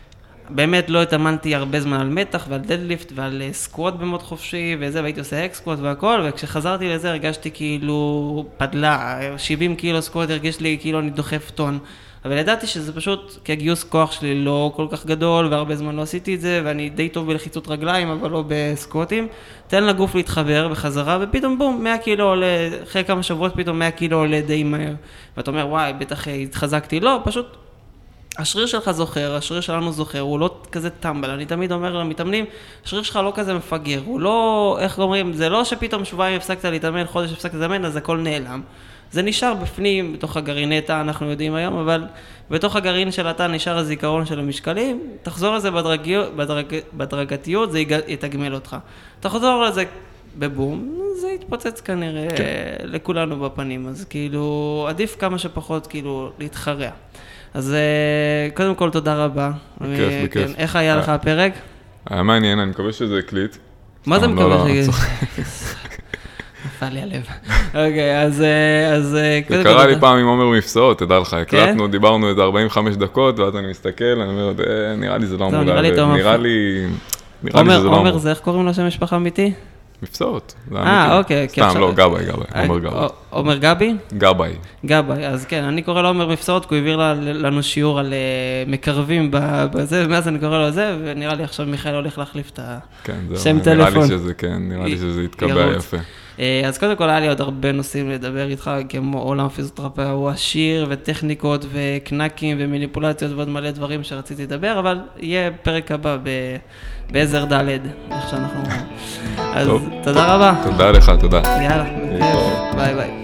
באמת לא התאמנתי הרבה זמן על מתח ועל דדליפט ועל סקווט במוד חופשי וזה, והייתי עושה אקסקווט והכל, וכשחזרתי לזה הרגשתי כאילו פדלה, שבעים קילו סקווט הרגיש לי כאילו אני דוחף טון, אבל ידעתי שזה פשוט כי הגיוס כוח שלי לא כל כך גדול, והרבה זמן לא עשיתי את זה, ואני די טוב בלחיצות רגליים, אבל לא בסקווטים. תן לגוף להתחבר בחזרה, ופתאום בום, מאה קילו עולה, אחרי כמה שבועות פתאום מאה קילו עולה די מהר. ואתה אומר, וואי, בטח התחזקתי. לא, פשוט השריר שלך זוכר, השריר שלנו זוכר, הוא לא כזה טמבל. אני תמיד אומר למתאמנים, השריר שלך לא כזה מפגר, הוא לא, איך אומרים, זה לא שפתאום שבועיים הפסקת להתאמן, חודש הפסקת להתאמן, אז הכל נעלם. זה נשאר בפנים, בתוך הגרעיני תא, אנחנו יודעים היום, אבל בתוך הגרעין של התא נשאר הזיכרון של המשקלים, תחזור לזה בדרגיות, בדרג, בדרגתיות, זה יתגמל אותך. תחזור לזה בבום, זה יתפוצץ כנראה כן. לכולנו בפנים, אז כאילו, עדיף כמה שפחות כאילו להתחרע. אז קודם כל תודה רבה. בכיף, בכיף. כן, איך היה לך הפרק? היה מעניין, אני מקווה שזה הקליט. מה זה מקווה שזה? נפל לי הלב. אוקיי, אז... זה קרה לי פעם עם עומר מפסעות, תדע לך, הקלטנו, דיברנו איזה ארבעים וחמש דקות, ואז אני מסתכל, אני אומר, נראה לי זה לא אמור להלב, נראה לי שזה לא אמור. עומר זה איך קוראים לו שם משפחה אמיתי? מפסעות. אה, אוקיי. סתם, לא, גבי, גבי, עומר גבי. עומר גבי? גבי. גבי, אז כן, אני קורא לו עומר מפסעות, כי הוא העביר לנו שיעור על מקרבים בזה, ומאז אני קורא לו זה, ונראה לי עכשיו מיכאל הולך להחליף את השם טלפון. נראה לי שזה, כן, נראה לי שזה יתקבע יפה. אז קודם כל היה לי עוד הרבה נושאים לדבר איתך, כמו עולם הפיזיותרפיה הוא עשיר, וטכניקות, וקנקים, ומניפולציות, ועוד מלא דברים שרציתי לדבר, אבל יהיה פרק הבא בעזר ד' איך שאנחנו אומרים. אז תודה רבה. תודה לך, תודה. יאללה, ביי ביי.